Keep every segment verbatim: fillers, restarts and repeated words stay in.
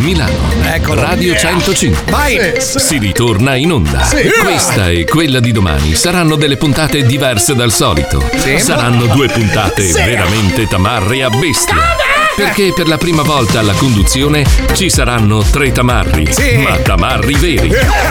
Milano. Eccolo. Radio centocinque. Vai. Si ritorna in onda. Sì. Questa e quella di domani saranno delle puntate diverse dal solito. Sì. Saranno due puntate Sì. veramente tamarre a bestia. Perché per la prima volta alla conduzione ci saranno tre tamarri, Sì. ma tamarri veri.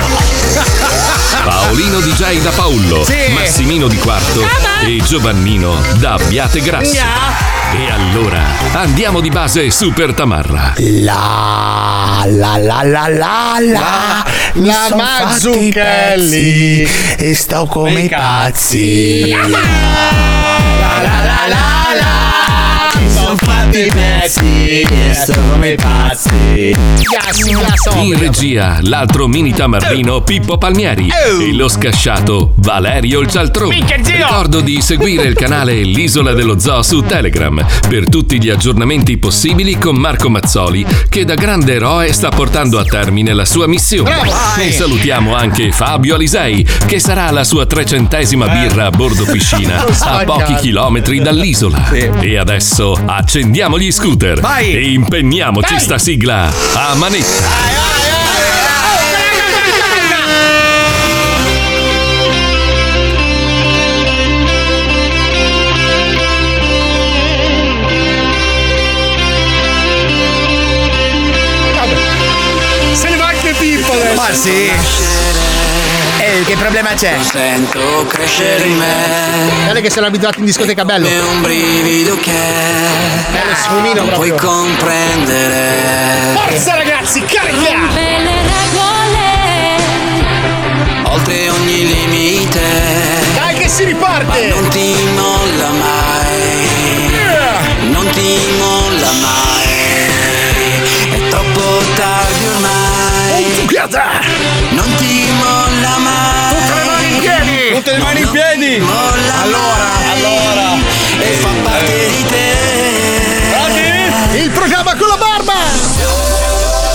Paolino D J da Paullo, Sì. Massimino di Quarto e Giovannino da Abbiategrasso. E allora andiamo di base Super Tamarra. La la la la la la mi la son Mazzucchelli. fatti i pezzi e sto come i pazzi. La la la la la mi son fatti i pezzi e sto come i pazzi. In regia l'altro mini tamarrino Pippo Palmieri e lo scasciato Valerio il Cialtrone. Ricordo di seguire il canale L'Isola dello Zoo su Telegram per tutti gli aggiornamenti possibili con Marco Mazzoli, che da grande eroe sta portando a termine la sua missione. E salutiamo anche Fabio Alisei, che sarà alla sua trecentesima birra a bordo piscina a pochi chilometri dall'isola. E adesso accendiamo gli scooter Vai. e impegniamoci sta sigla a manetta. Se ne va anche Pippo adesso. Ma sì. Eh, che problema c'è? Sento crescere in me Guarda che sono abituato in discoteca, bello. è un brivido che Bello sfumino puoi proprio. comprendere. Forza ragazzi, carica! Oltre ogni limite Dai che si riparte! non ti molla mai, non ti molla mai. È troppo tardi ormai, non ti molla mai. Tutte le mani in piedi! Tutte le mani in piedi! Molla Allora, mai. allora. E fa parte di te. Il programma con la barba!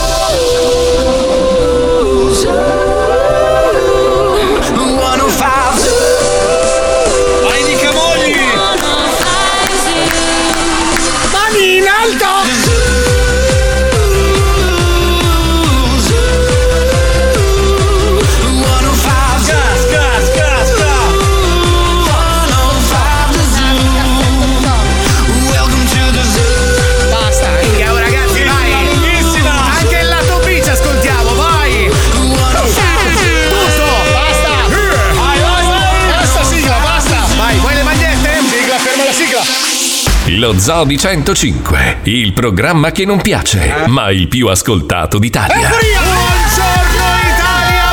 Vai di Camogli! Mani in alto! Basta, andiamo ragazzi, vai! Anche il lato B ci ascoltiamo, vai! Tutto! Basta! Vai, vai, vai! Basta sigla, basta! Vai, vuoi le magliette? Sigla, ferma la sigla! Lo Zoo di centocinque, il programma che non piace, ma il più ascoltato d'Italia. Buongiorno Italia,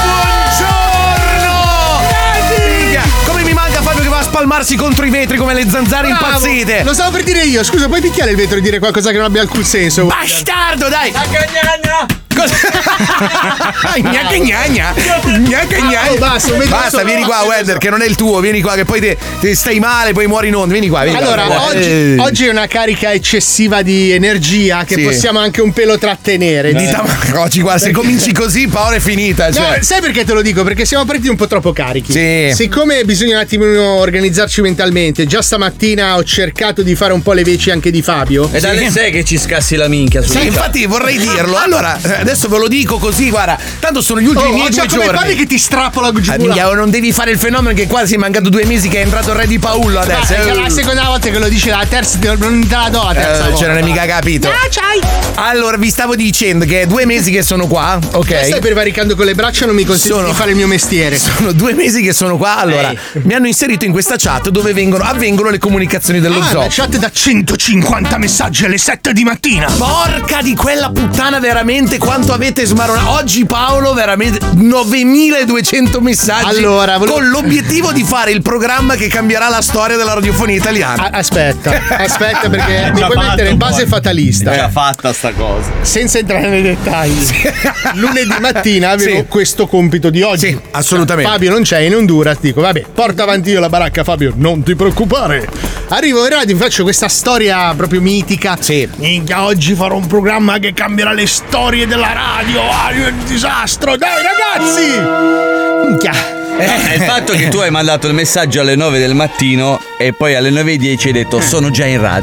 buongiorno! Minchia, come mi manca Fabio che va a spalmarsi contro i vetri come le zanzare impazzite! Lo stavo per dire io, scusa, puoi picchiare il vetro e dire qualcosa che non abbia alcun senso? Bastardo, dai! Cosa? Gnacca gnagna! Gnacca gnagna! Oh, basta, un vetro Basta, solo. vieni qua, Wender, che non è il tuo, vieni qua, che poi te, te stai male, poi muori in onda. Vieni qua, vieni Allora, qua. oggi, Eh. oggi è una carica eccessiva di energia che Sì. possiamo anche un pelo trattenere. Di tam- oggi guarda, se cominci così, Paolo è finita. No, Cioè. sai perché te lo dico? Perché siamo partiti un po' troppo carichi. Sì. Siccome bisogna un attimino organizzarci mentalmente, già stamattina ho cercato di fare un po' le veci anche di Fabio. È dalle sei che ci scassi la minchia. Sì, infatti vorrei dirlo. Allora, adesso ve lo dico così, guarda. Tanto sono gli ultimi Oh, miei ho già due come giorni. parli che ti strappo la Ah, giugula. minchia, non devi fare il fenomeno che quasi è mancato due mesi che è entrato il re di Paullo adesso. È la seconda volta che lo dici, la terza te- non te la do la terza Eh, volta. ce non hai mica capito. Ah, c'hai. Allora, vi stavo dicendo che è due mesi che sono qua, ok? Stai prevaricando con le braccia, non mi consenti Sono- di fare il mio mestiere. Sono due mesi che sono qua. Allora, mi hanno inserito in questa chat dove vengono, avvengono le comunicazioni dello Ah, zoo. la chat da centocinquanta messaggi alle sette di mattina. Porca di quella puttana, veramente quanto avete smaronato. Oggi Paolo, veramente novemiladuecento messaggi. Allora, volevo- con l'obiettivo di fare il programma che cambierà la storia della radiofonia italiana. A- aspetta, aspetta perché mi puoi mettere in base fatalista. È già fatta sta cosa. Senza entrare nei dettagli. Lunedì mattina avevo Sì. questo compito di oggi. Sì, assolutamente. Fabio non c'è in Honduras, dico vabbè, porta avanti io la baracca Fabio, non ti preoccupare. Arrivo in radio, faccio questa storia proprio mitica. Sì. Minchia, oggi farò un programma che cambierà le storie della radio. Ah, è un disastro, dai ragazzi! Minchia. È il fatto che tu hai mandato il messaggio alle nove del mattino e poi alle nove e dieci hai detto sono già in radio.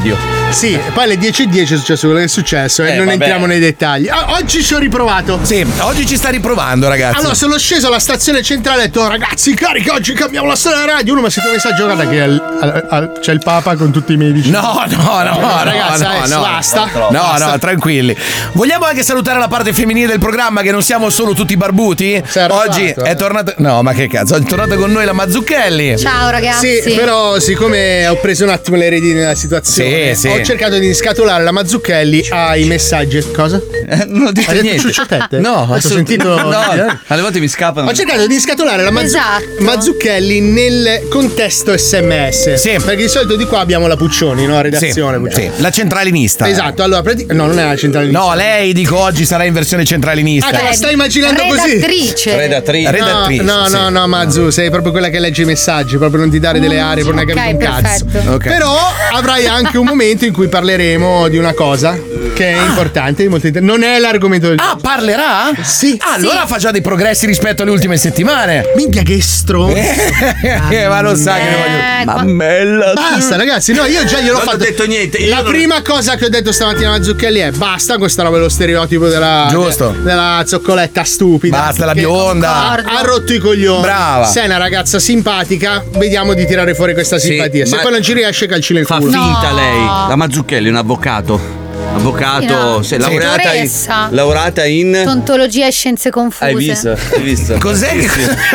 Sì, poi alle dieci e dieci è successo quello che è successo e Eh, non vabbè. entriamo nei dettagli. O- oggi ci ho riprovato. Sì, oggi ci sta riprovando, ragazzi. Allora, sono sceso alla stazione centrale e ho detto, ragazzi, carica, oggi cambiamo la storia della radio. Uno mi ha scritto un messaggio, guarda che al- al- al- c'è il Papa con tutti i medici. No, no, no, no, ragazzi, no, eh, no, basta. no, Basta. no, tranquilli. Vogliamo anche salutare la parte femminile del programma, che non siamo solo tutti barbuti. Sei Oggi arrabbiato, è eh. tornata. No, ma che cazzo, è tornata con noi la Mazzucchelli. Ciao ragazzi. Sì, però siccome ho preso un attimo le redini della situazione, Sì, sì. ho cercato di scatolare la Mazzucchelli ai messaggi. Cosa? Eh, non ho detto Hai detto niente. ciucciatette? No, ho sentito. No, alle volte mi scappano. Ho cercato di scatolare la Mazzu- Esatto. Mazzucchelli nel contesto S M S. Sì. Perché di solito di qua abbiamo la Puccioni, no? Sì, Redazione. Puccioni. sì, la centralinista. Esatto, allora, prati- no, non è la centrale. No, lei dico oggi sarà in versione centralinista. Ah, te la stai immaginando così? Redattrice. Redattrice. Redattrice. No, sì. no, no, Mazzu, sei proprio quella che legge i messaggi, proprio non ti dare delle aree, per non hai Ok, capito un cazzo. perfetto. Ok. Però avrai anche un momento in cui parleremo di una cosa che è importante, molto inter- non è l'argomento del Ah, parlerà? Sì. Ah, allora fa già dei progressi rispetto alle ultime settimane. Minchia che stronzo. Eh, ma lo sa che ne voglio. Eh, qua- Mammella. Basta ragazzi, no, io già gliel'ho Non ho fatto. detto niente, io La non- prima cosa che ho detto stamattina a Mazzucchelli è basta questa roba dello stereotipo della Giusto. della zoccoletta stupida. Basta la Che bionda. Concordo. Ha rotto i coglioni. Brava. Sei una ragazza simpatica, vediamo di tirare fuori questa Sì, simpatia. Se ma- poi non ci riesce, calci nel Fa culo. finta No. lei. La Mazzucchelli è un avvocato. Avvocato, No. sei laureata in, Dottoressa. laureata in. Tontologia e scienze confuse. Hai visto? Hai visto? Cos'è che-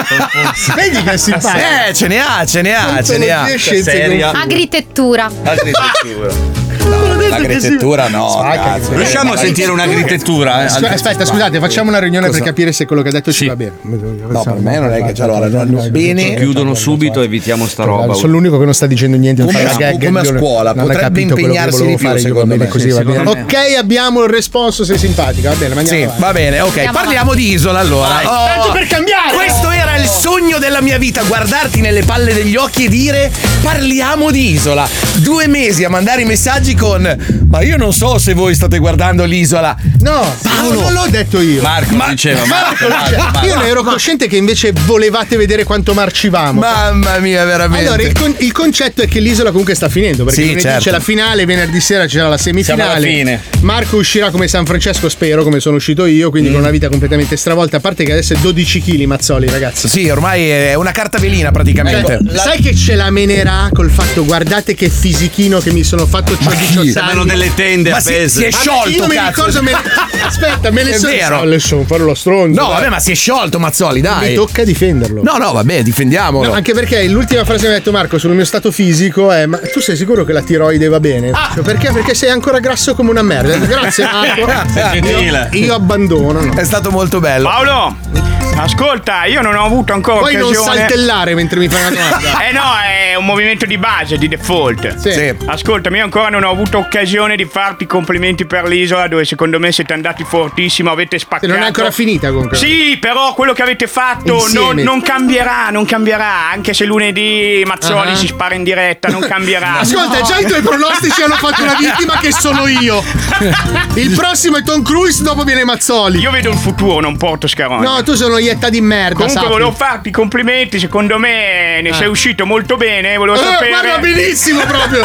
Vedi che è simpatica. Eh, ce ne ha, ce ne ha, ce ne ha. Ontologia e scienze Seria. confuse. Agritettura. Agricoltura. L'agricoltura no, Spacca, cazzo. che- Riusciamo a sentire un'agricoltura? Eh? Scu- Aspetta, scusate, facciamo una riunione Cosa? per capire se quello che ha detto ci Sì. va bene. No, per me non è che allora no, no, bene. Chiudono subito, evitiamo sta roba. Sono l'unico che non sta dicendo niente. Come fare a- la gag, come a io scuola, non ha potrebbe capito quello che impegnarsi volevo di più, fare io, secondo va bene me. così, Sì, va bene. secondo me. Ok, abbiamo il responso, sei simpatica, va bene, ma andiamo Sì, avanti. va bene, ok. Andiamo Parliamo di Isola allora. Oh, Tanto per cambiare! Questo era il sogno della mia vita, guardarti nelle palle degli occhi e dire parliamo di Isola. Due mesi a mandare i messaggi con ma io non so se voi state guardando l'Isola. No, Paolo. non l'ho detto io. Marco diceva, Marco, Marco, Marco. Io ne ero cosciente che invece volevate vedere quanto marcivamo. Mamma mia, veramente. Allora, il, con- il concetto è che l'isola comunque sta finendo. Perché Sì, lunedì certo. c'è la finale, venerdì sera c'è la semifinale. Siamo alla fine. Marco uscirà come San Francesco, spero, come sono uscito io, quindi con una vita completamente stravolta. A parte che adesso è dodici chili Mazzoli, ragazzi. Sì, ormai è una carta velina praticamente. Ecco, sai che ce la menerà col fatto, guardate che fisichino che mi sono fatto, c'ho diciotto Sembrano anni. delle tende Ma si, appese. si è Vabbè, sciolto, io mi cazzo. ricordo me... Aspetta, me ne È sono vero. le sono fare lo stronzo. No, dai. vabbè, ma si è sciolto Mazzoli, dai. Mi tocca difenderlo. No, no, vabbè, difendiamolo. No, anche perché l'ultima frase che mi ha detto Marco sul mio stato fisico è: ma tu sei sicuro che la tiroide va bene? Cioè, perché? Perché sei ancora grasso come una merda. Grazie Marco. Sei gentile. Io, io abbandono. No. È stato molto bello. Paolo, ascolta, io non ho avuto ancora Poi non occasione. saltellare mentre mi fai una domanda. Eh no, è un movimento di base, di default. Sì. Sì. Ascoltami, io ancora non ho avuto occasione di farti i complimenti per l'isola, dove secondo me siete andati fortissimo, avete spaccato. Se non è ancora finita comunque. Sì, però quello che avete fatto Insieme. non, non cambierà, non cambierà. Anche se lunedì Mazzoli Ah. si spara in diretta, non cambierà. Ascolta, già i tuoi pronostici hanno fatto una vittima che sono io. Il prossimo è Tom Cruise, dopo viene Mazzoli. Io vedo il futuro, non porto Scaroni. No, tu sono ietta di merda. Comunque sappi. volevo farti i complimenti, secondo me ne sei uscito molto bene, volevo Eh, sapere guarda benissimo proprio.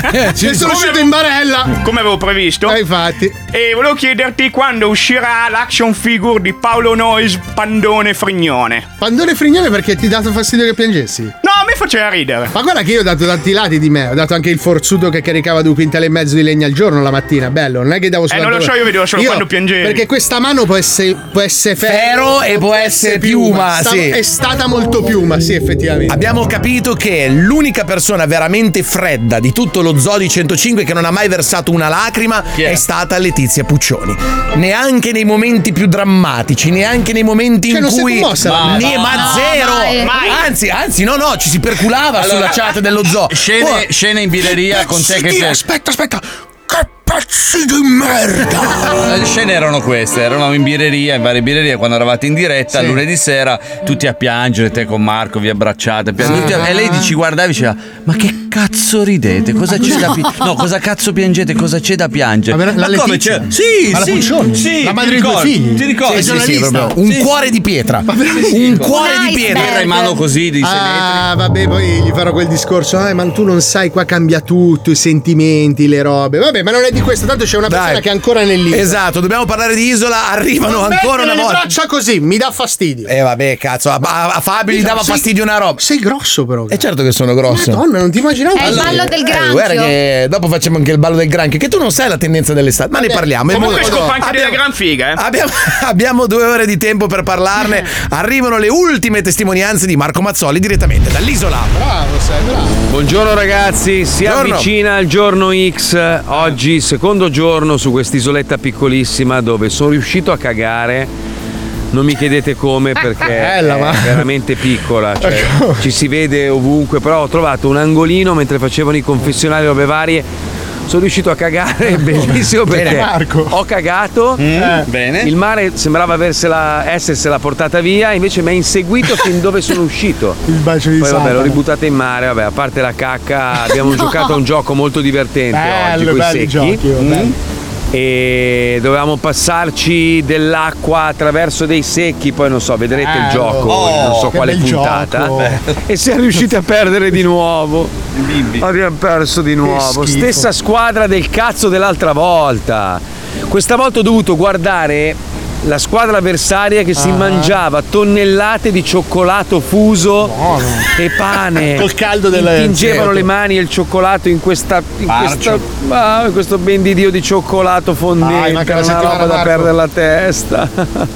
Ci sono Come- uscito in barella. come avevo previsto. Eh, infatti. E volevo chiederti quando uscirà l'action figure di Paolo Noyes Pandone Frignone. Pandone Frignone perché ti ha dato fastidio che piangessi? No, a me faceva ridere. Ma guarda che io ho dato tanti lati di me, ho dato anche il forzuto che caricava due quintali e mezzo di legna al giorno la mattina, bello, non è che davo Eh, non lo so, io vedevo solo quando piangevi. Perché questa mano può essere, può essere ferro, Ferro e può essere piuma, Sta- sì. È stata molto piuma, sì, effettivamente. Abbiamo capito che l'unica persona veramente fredda di tutto lo zoo di centocinque che non ha mai versato una lacrima Chi è? è stata Letizia Puccioni. Neanche nei momenti più drammatici, neanche nei momenti Cioè, in non si è cui commossa la ma, merda. ma No, zero. mai. Mai. Anzi, anzi, no, no, ci si perculava sulla chat dello zoo. Scene, Oh, scene in birreria con te che Dio, per- aspetta, aspetta. Che pezzi di merda. Le scene erano queste, eravamo in birreria, in varie birrerie quando eravate in diretta, Sì. lunedì sera, tutti a piangere, te con Marco vi abbracciate, piangete, Ah. e lei ci guardava e diceva: ma che cazzo ridete? Cosa c'è da piangere? No, cosa cazzo piangere? Cosa c'è da piangere? Ma la Ma come Letizia? c'è? Sì, Ma la sì, Puccioni? sì, La ti madre dei due ricordi? figli? Ti ricordi? Sei giornalista? proprio un Sì. cuore di pietra. Un cuore di pietra. Terra in mano così di sei metri. Ah, vabbè, poi gli farò quel discorso. Eh, ma tu non sai, qua cambia tutto, i sentimenti, le robe. Vabbè, ma non è di questo, tanto c'è una persona Dai. che è ancora nell'isola. Esatto, dobbiamo parlare di Isola, arrivano Non ancora una mettere le volta. braccia così, mi dà fastidio. Eh vabbè, cazzo, a, a- a Fabio gli dava Sei- fastidio una roba. Sei grosso però. E certo che sono grosso. Madonna, non ti immaginavo. È il Allora, ballo del Eh, granchio. guarda che dopo facciamo anche il ballo del granchio, che tu non sai la tendenza dell'estate, ma ne Vabbè, parliamo. È Comunque molto- scopa anche abbiamo- della gran figa, eh. Abbiamo, abbiamo due ore di tempo per parlarne. Arrivano le ultime testimonianze di Marco Mazzoli direttamente dall'isola. Bravo, sei bravo. Buongiorno ragazzi, si Buongiorno. avvicina il giorno X, oggi secondo giorno su quest'isoletta piccolissima dove sono riuscito a cagare, non mi chiedete come perché Bella, è ma- veramente piccola, cioè, ci si vede ovunque, però ho trovato un angolino mentre facevano i confessionali e robe varie. Sono riuscito a cagare, bellissimo perché Bene, Marco. ho cagato, Bene. il mare sembrava aversela, essersela portata via, invece mi ha inseguito fin dove sono uscito. Il bacio di Poi vabbè, l'ho Satana. ributtata in mare, vabbè, a parte la cacca, abbiamo giocato a un gioco molto divertente oggi Bello, coi belli secchi. giochi. vabbè. E dovevamo passarci dell'acqua attraverso dei secchi, poi non so, vedrete il Bello. gioco, Oh, non so che quale bel puntata. gioco. E siamo riusciti a perdere di nuovo. Abbiamo perso di nuovo. schifo. Stessa squadra del cazzo dell'altra volta. Questa volta ho dovuto guardare la squadra avversaria che si mangiava tonnellate di cioccolato fuso e pane. Col caldo della- Mi tingevano certo. le mani e il cioccolato in questa in, Parcio. questa, ah, in questo ben di Dio di cioccolato fondente. Dai, manca la una settimana, roba da Marco. perdere la testa.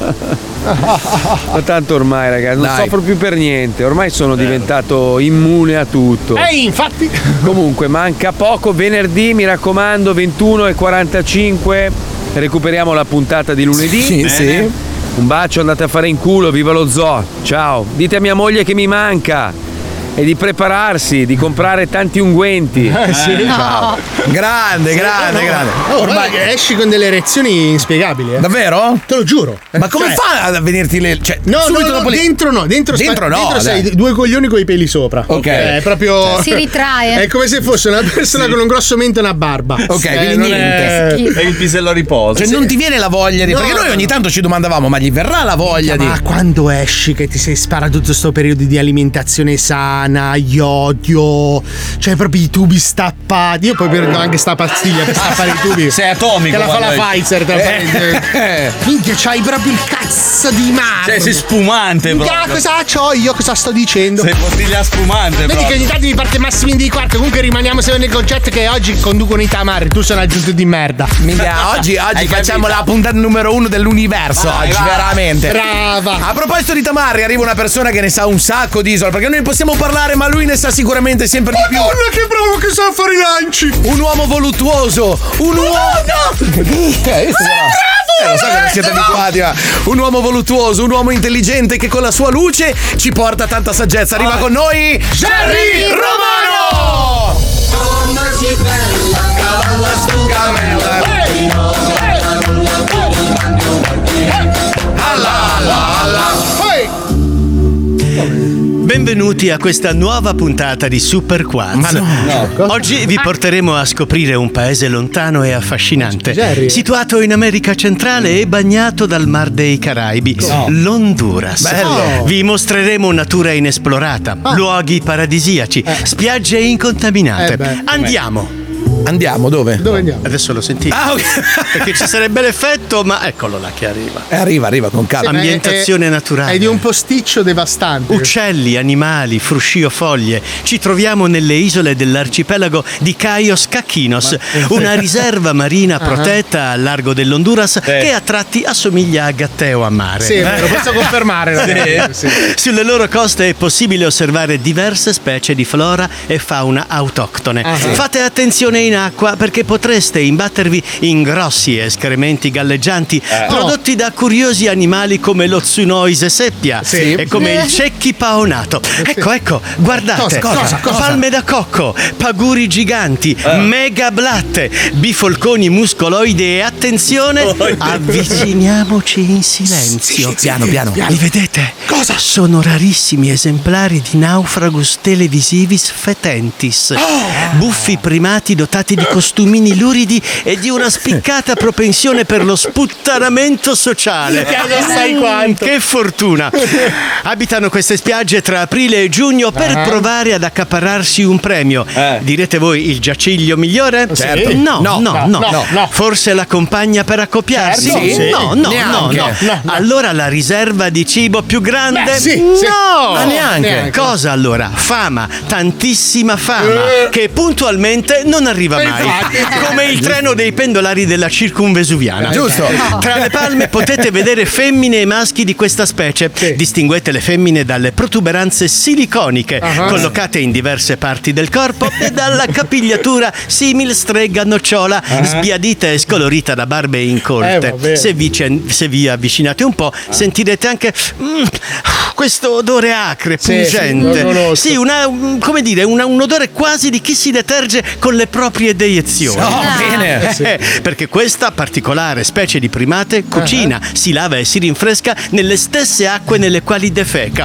Ma tanto ormai, ragazzi, non Dai. soffro più per niente. Ormai sono diventato immune a tutto. Ehi, infatti. Comunque, manca poco. Venerdì, mi raccomando, ventuno e quarantacinque. Recuperiamo la puntata di lunedì. Sì, sì. Un bacio, andate a fare in culo, viva lo zoo. Ciao. Dite a mia moglie che mi manca. E di prepararsi, di comprare tanti unguenti. Eh, sì. No. Grande, grande, grande. Oh, ormai esci con delle erezioni inspiegabili, eh. Davvero? Te lo giuro. Ma come Cioè, fa ad venirti le. Cioè, No, no, subito no, dopo le- dentro no, dentro, sta- Dentro no, dentro sei dai. due coglioni con i peli sopra. Ok. È proprio. Si ritrae. È come se fosse una persona con un grosso mento e una barba. Ok, Eh, quindi non niente. è- Schifo. E il pisello a riposo. Cioè, non ti viene la voglia di. No, Perché noi no, ogni no. tanto ci domandavamo, ma gli verrà la voglia di. Ma quando esci che ti sei sparato tutto sto periodo di alimentazione sana, iodio, cioè proprio i tubi stappati. Io poi prendo anche sta pastiglia per stappare i tubi. Sei atomico. Che la fa la quando- Pfizer. te la fa- Eh. Minchia, c'hai proprio il cazzo di mare. Cioè, sei spumante, Minchia, proprio. cosa c'ho io? Cosa sto dicendo? Sei bottiglia spumante, Vedi che proprio. ogni tanto mi parte Massimini di quarto. Comunque rimaniamo sempre nel concetto che oggi conducono i tamari. Tu sono aggiunto di merda. Minchia, oggi, oggi Hai facciamo capito? la puntata numero uno dell'universo. Vai, oggi, vai. veramente. Brava. A proposito di tamarri, arriva una persona che ne sa un sacco di Isola. Perché noi ne possiamo parlare, ma lui ne sa sicuramente sempre di più. Madonna, che bravo che sa fare i lanci. Un uomo voluttuoso, un uomo. No! Eh, io sto Eh, lo so che non siete abituati, ma un uomo voluttuoso, un uomo intelligente che con la sua luce ci porta tanta saggezza. Arriva con noi Jerry Romano! Benvenuti a questa nuova puntata di Super Quarzo. Oggi vi porteremo a scoprire un paese lontano e affascinante, Jerry. situato in America centrale e bagnato dal Mar dei Caraibi, l'Honduras. Bello. Vi mostreremo natura inesplorata, luoghi paradisiaci, spiagge incontaminate. Eh beh. Andiamo. Andiamo, dove? Dove andiamo? Adesso lo sentite. Ah, ok. Perché ci sarebbe l'effetto, ma eccolo là che arriva. Eh, arriva, arriva con calma. Ma è- Ambientazione è- naturale. È di un posticcio devastante. Uccelli, animali, fruscio foglie. Ci troviamo nelle isole dell'arcipelago di Cayos Caquinos, una riserva marina protetta al largo dell'Honduras che a tratti assomiglia a Gatteo a mare. Sì, è vero, posso confermare. ragazzi, sì. Sulle loro coste è possibile osservare diverse specie di flora e fauna autoctone. Fate attenzione in acqua perché potreste imbattervi in grossi escrementi galleggianti Eh. prodotti da curiosi animali come lo Tsunoise seppia Sì. e come Eh. il cecchi paonato. Ecco, ecco, guardate. Cosa, cosa, cosa? Palme da cocco, paguri giganti, mega blatte, bifolconi muscoloidi e attenzione, avviciniamoci in silenzio. Piano, piano. Li vedete? Cosa? Sono rarissimi esemplari di Naufragus televisivis fetentis. Buffi primati dotati di costumini luridi e di una spiccata propensione per lo sputtanamento sociale. Minchia, non sai quanto. Che fortuna! Abitano queste spiagge tra aprile e giugno per Ah. provare ad accaparrarsi un premio. Direte voi il giaciglio migliore? Certo. No, no, No, no, no, no. no. Forse la compagna per accoppiarsi? Certo, sì. No, no, no, Neanche. no, No, no. Allora la riserva di cibo più grande? Beh, sì, no! sì. Ma neanche. Cosa allora? Fama, tantissima fama, Eh. che puntualmente non arriva mai. Infatti. Come il treno dei pendolari della circumvesuviana. Giusto. Tra le palme potete vedere femmine e maschi di questa specie. Distinguete le femmine dalle protuberanze siliconiche collocate in diverse parti del corpo e dalla capigliatura simil strega nocciola, sbiadita e scolorita da barbe incolte. Eh, vabbè. se, vi, se vi avvicinate un po', sentirete anche mm, questo odore acre, Sì, pungente. sì, lo conosco. Sì, una, un- come dire, una- un odore quasi di chi si deterge con le proprie deiezioni. Oh, bene. Eh, perché questa particolare specie di primate cucina, si lava e si rinfresca nelle stesse acque nelle quali defeca.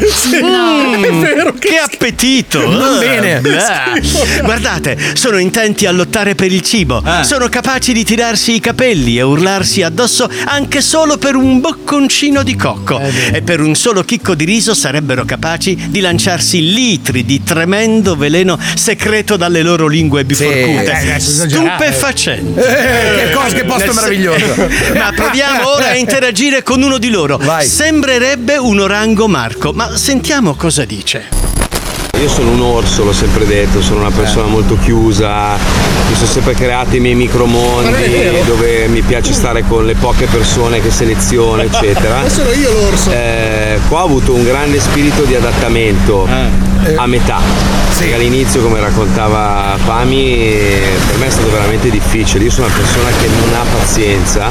Mm, è vero, che appetito! Non Eh, bene. blah. Guardate, sono intenti a lottare per il cibo. Sono capaci di tirarsi i capelli e urlarsi addosso anche solo per un bocconcino di cocco. E per un solo chicco di riso sarebbero capaci di lanciarsi litri di tremendo veleno secreto dalle loro lingue biforcute. Eh, adesso esagerare. Stupefacente. Eh, che cosa, che posto Nel se- meraviglioso. Ma proviamo ora a interagire con uno di loro. Vai. Sembrerebbe un orango Marco, ma sentiamo cosa dice. Io sono un orso, l'ho sempre detto, sono una persona molto chiusa, mi sono sempre creato i miei micromondi dove mi piace stare con le poche persone che seleziono, eccetera. Sono io l'orso. Eh, qua ho avuto un grande spirito di adattamento a metà. Perché all'inizio, come raccontava Pami, per me è stato veramente difficile. Io sono una persona che non ha pazienza,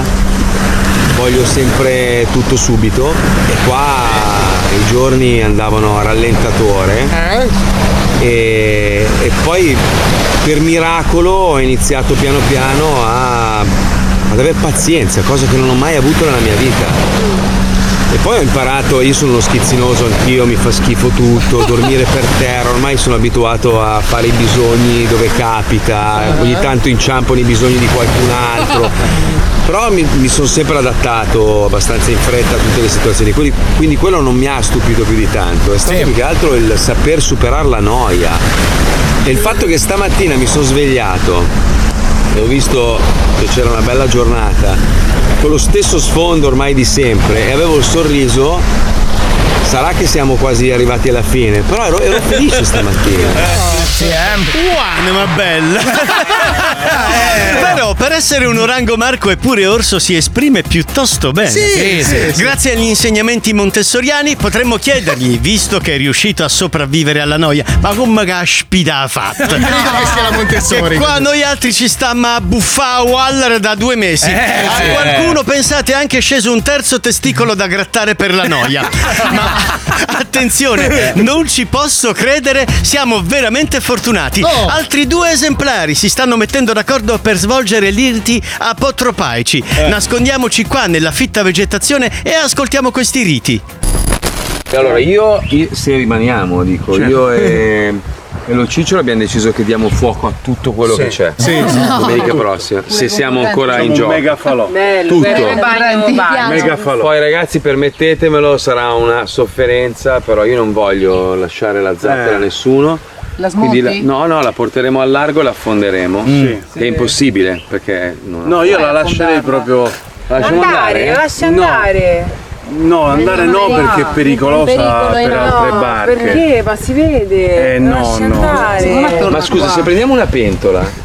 voglio sempre tutto subito e qua i giorni andavano a rallentatore e, e poi per miracolo ho iniziato piano piano a, ad avere pazienza, cosa che non ho mai avuto nella mia vita. E poi ho imparato, io sono uno schizzinoso anch'io, mi fa schifo tutto, dormire per terra, ormai sono abituato a fare i bisogni dove capita, ogni tanto inciampo nei bisogni di qualcun altro. Però mi, mi sono sempre adattato abbastanza in fretta a tutte le situazioni, quindi, quindi quello non mi ha stupito più di tanto, è stato più che altro il saper superare la noia. E il fatto che stamattina mi sono svegliato e ho visto che c'era una bella giornata, con lo stesso sfondo ormai di sempre, e avevo il sorriso, sarà che siamo quasi arrivati alla fine, però ero, ero felice stamattina. Buona ma bella. Però per essere un orango Marco eppure orso si esprime piuttosto bene. Sì, sì, sì. Grazie agli insegnamenti montessoriani potremmo chiedergli, visto che è riuscito a sopravvivere alla noia, ma come caspita ha fatto? Credo che sia la Montessori. E qua noi altri ci stiamo a buffare Waller da due mesi. Eh, A sì. qualcuno, pensate, è anche sceso un terzo testicolo da grattare per la noia. Ma attenzione, non ci posso credere, siamo veramente fortunati. Oh. Altri due esemplari si stanno mettendo d'accordo per svolgere l'irti apotropaici. Nascondiamoci qua nella fitta vegetazione e ascoltiamo questi riti. Allora io, io- se rimaniamo, dico, io e, e lo Cicciolo abbiamo deciso che diamo fuoco a tutto quello che c'è. Domenica prossima, se siamo ancora in gioco. Mega falò. Tutto. Mega falò. Poi ragazzi, permettetemelo, sarà una sofferenza, però io non voglio lasciare la zattera a nessuno. La Quindi la- smonti? no, no, la porteremo al largo e la affonderemo. Sì. Che è impossibile perché non No, io la lascerei proprio. La lasciamo andare? La lascia No. andare. No, andare no perché è pericolosa per altre No, barche. perché? Ma si vede. Eh, La no, lascia no. andare. Ma scusa, se prendiamo una pentola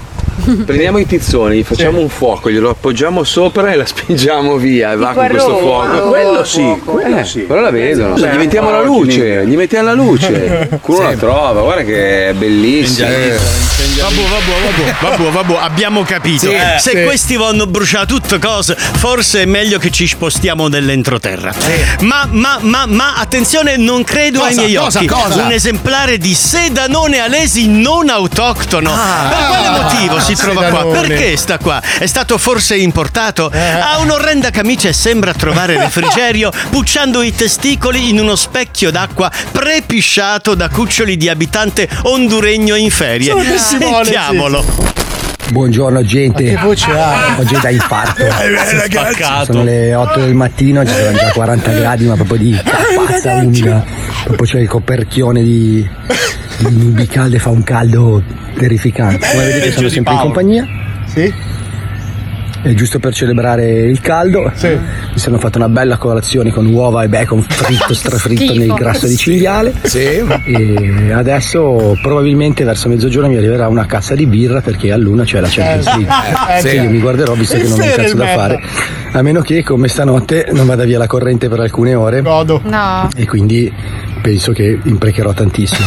Prendiamo i tizzoni, facciamo un fuoco, glielo appoggiamo sopra e la spingiamo via e va con questo fuoco. Quello sì, quello Eh, sì. però la vedono. Beh, Gli mettiamo la luce, gli mettiamo la luce. Qualcuno la trova, guarda che è bellissimo. Vabbè, vabbè, vabbè, vabbè, vabbè, abbiamo capito. Sì, eh, Se sì. questi vanno bruciare tutte cose, forse è meglio che ci spostiamo nell'entroterra. Ma, ma, ma, ma, attenzione, non credo Cosa, ai miei cosa, occhi. cosa? Un esemplare di sedanone alesi non autoctono. Ah. per quale Ah, motivo si trova sedanone. qua? Perché sta qua? È stato forse importato? Eh. Ha un'orrenda camicia e sembra trovare refrigerio pucciando i testicoli in uno specchio d'acqua prepisciato da cuccioli di abitante honduregno in ferie. Sono testimone, Sentiamolo. Buongiorno gente. Che voce ha? Oggi è da infarto. ragazzi. Sono le otto del mattino, ci sono già quaranta gradi, ma proprio di cappazza umida. Proprio c'è il coperchione di, di nubicalde, fa un caldo terrificante. Come vedete sono sempre in compagnia. Sì. E giusto per celebrare il caldo, mi sono fatto una bella colazione con uova e bacon fritto, strafritto Schifo. nel grasso di cinghiale. Sì. E adesso probabilmente verso mezzogiorno mi arriverà una cassa di birra perché a luna c'è la Champions League. Eh, Sì, sì. io mi guarderò visto che non ho un cazzo da fare. A meno che come stanotte non vada via la corrente per alcune ore. Godo. No. E quindi penso che imprecherò tantissimo.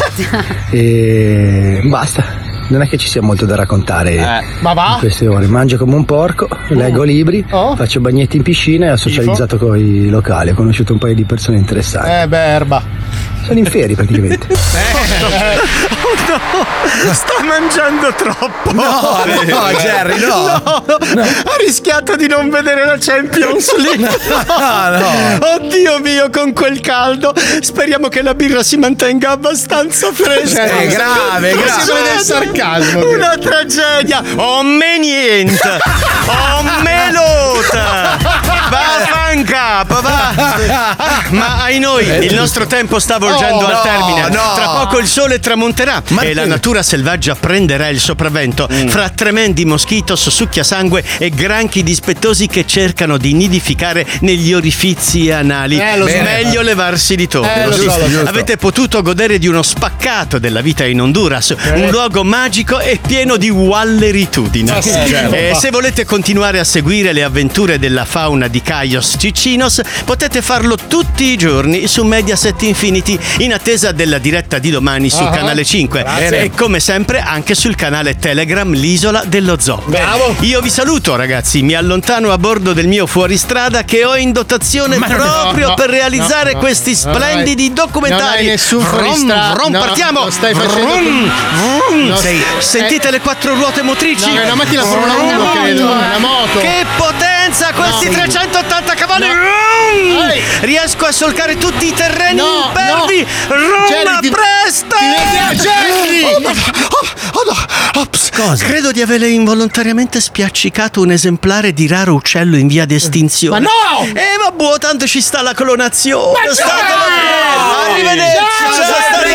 E basta. Non è che ci sia molto da raccontare Ma va? in queste ore. Mangio come un porco, leggo libri, Oh. faccio bagnetti in piscina e ho socializzato con i locali. Ho conosciuto un paio di persone interessanti. Eh, beh, erba. Sono in ferie praticamente. Oh no, sta mangiando troppo. No, no, Jerry, no. No, ha rischiato di non vedere la Champions League. No, no. Oddio mio, con quel caldo. Speriamo che la birra si mantenga abbastanza fresca. È grave, è Cosa grave. succede? Del sarcasmo. Una tragedia. Oh me niente. Oh me lota. Va fan capo, va. Ah, ma ai noi, il nostro tempo sta volgendo Oh, al no, termine. no. Tra poco il sole tramonterà e la natura selvaggia prenderà il sopravvento fra tremendi moschitos, succhiasangue e granchi dispettosi che cercano di nidificare negli orifizi anali. Eh, lo so. Meglio levarsi di torno. Eh, lo so, lo so. Avete potuto godere di uno spaccato della vita in Honduras, un luogo magico e pieno di walleritudine. Ah, sì, certo. E se volete continuare a seguire le avventure della fauna di Caios Cicinos, potete farlo tutti i giorni su Mediaset Infinity in attesa della diretta di domani su Ah, Canale cinque. grazie. E come sempre anche sul canale Telegram L'Isola dello Zoo. Bravo. Io vi saluto ragazzi, mi allontano a bordo del mio fuoristrada che ho in dotazione Ma no, proprio no, per realizzare no, no. questi Non hai- splendidi documentari. non hai nessun Vrum, fuoristrada. vrum, No, partiamo. lo stai facendo Vrum, con- vrum. No, Sei- Sentite eh. le quattro ruote motrici? No, è una macchina Formula uno, credo, è una moto. Che potenza questi No. trecentottanta cavalli! No. Vrum. Ehi. Riesco a solcare tutti i terreni No, impervi. no. Roma Jerry, ti- presto! ti vedi a Jerry! Oh, no. Oh, oh, no. Ops. Credo di avere involontariamente spiaccicato un esemplare di raro uccello in via di estinzione. Ma no! Eh, vabbè, tanto ci sta la clonazione. Ma Sta ciao! clonazione. Arrivederci. Ciao, Sono stato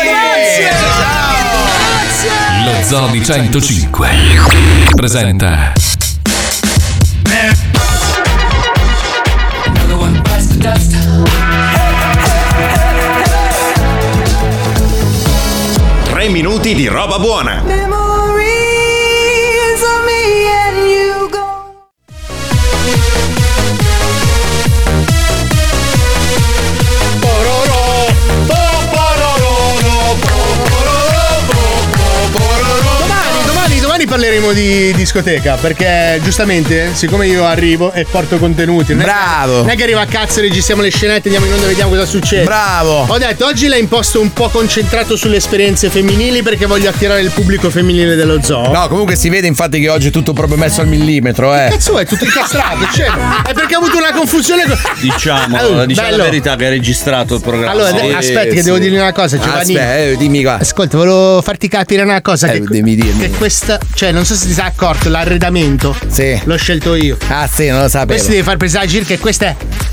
Jerry! Lo Zoo di centocinque presenta Tre minuti di roba buona. Domani, domani, domani parleremo di discoteca perché giustamente siccome io arrivo e porto contenuti non è che- Bravo. non è che arriva a cazzo, registriamo le scenette, andiamo in onda e vediamo cosa succede. Bravo. Ho detto oggi l'hai imposto un po' concentrato sulle esperienze femminili perché voglio attirare il pubblico femminile dello zoo. No, comunque si vede infatti che oggi è tutto proprio messo al millimetro, eh. Cazzo, è tutto incastrato, cioè, è perché ha avuto una confusione con... Diciamo, Allora, diciamo bello. la verità che hai registrato il programma. Allora, Sì, aspetti che sì. devo dirgli una cosa, Giovanni. Aspetta, eh, dimmi qua. Ascolta, volevo farti capire una cosa. Eh, che, devi dirmi. che questa, cioè, non so se ti sei accorto, l'arredamento Sì. l'ho scelto io. Ah, sì, non lo sapevo. Questo devi far presagire che questa è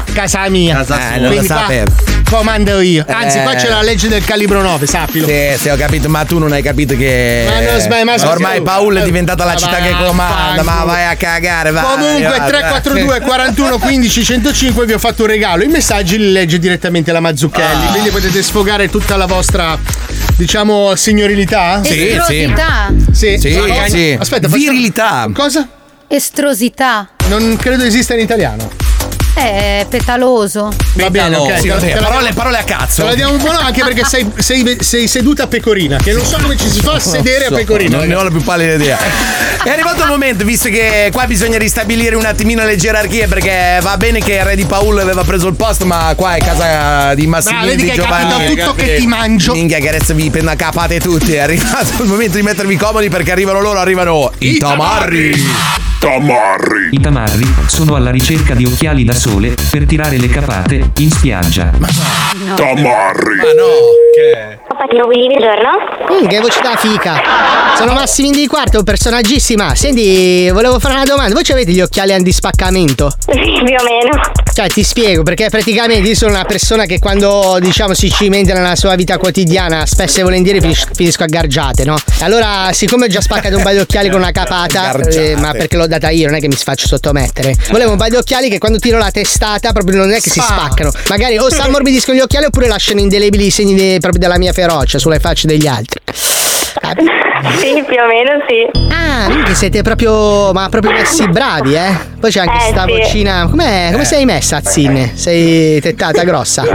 casa mia. Casa eh, sua. quindi Lo qua sapevo. comando io. Anzi, Eh. qua c'è la legge del calibro nove, sappilo. Sì, sì, ho capito, ma tu non hai capito che. Ma non sbagli, ma ormai Paul è diventata la Ma città vai che a comanda, ma fanculo. vai a cagare, vai. Comunque vai, tre quattro due quarantuno quindici centocinque vi ho fatto un regalo. I messaggi li legge direttamente la Mazzucchelli, Ah. quindi potete sfogare tutta la vostra, diciamo, signorilità. Sì, Estrosità. Sì, Sì, Cosa? sì. Aspetta, facciamo- Virilità. Cosa? Estrosità. Non credo esista in italiano. È petaloso. Va bene, ok. Sì, te la- vabbè, te la- parole, parole a cazzo. Te la diamo un buono anche perché sei, sei, sei seduta a pecorina, che non so come ci si fa a sedere a Non so, pecorina. Non ne ho la più pallida idea. È arrivato il momento, visto che qua bisogna ristabilire un attimino le gerarchie, perché va bene che il re di Paul aveva preso il posto, ma qua è casa di Massimiliano, Ah, vedi di che hai Giovanni. capito tutto che ti mangio. Minchia, che adesso vi penna capate tutti. È arrivato il momento di mettervi comodi perché arrivano loro, arrivano i tamarri. Tamarri. I tamarri sono alla ricerca di occhiali da sole per tirare le capate in spiaggia. Tamarri. Ma no. Patino Willy, buongiorno. Mm, che voce da fica. Sono Massimiliano di Quarto, personaggissima. Senti, volevo fare una domanda. Voi ci avete gli occhiali antispaccamento? Più o meno. Cioè, ti spiego, perché praticamente io sono una persona che quando, diciamo, si cimenta nella sua vita quotidiana, spesso e volentieri finis- finisco a gargiate, no? Allora, siccome ho già spaccato un paio di occhiali con una capata, eh, ma perché l'ho data io, non è che mi faccio sottomettere. Volevo un paio di occhiali che quando tiro la testata proprio non è che si spaccano. Magari o si ammorbidiscono gli occhiali oppure lasciano indelebili i segni de- proprio della mia ferocia sulle facce degli altri. Sì, più o meno sì. Ah, quindi siete proprio, ma proprio messi bravi, eh? Poi c'è anche Eh, sta sì. vocina. Com'è? Come Eh. sei messa, Zin? Sei tettata grossa?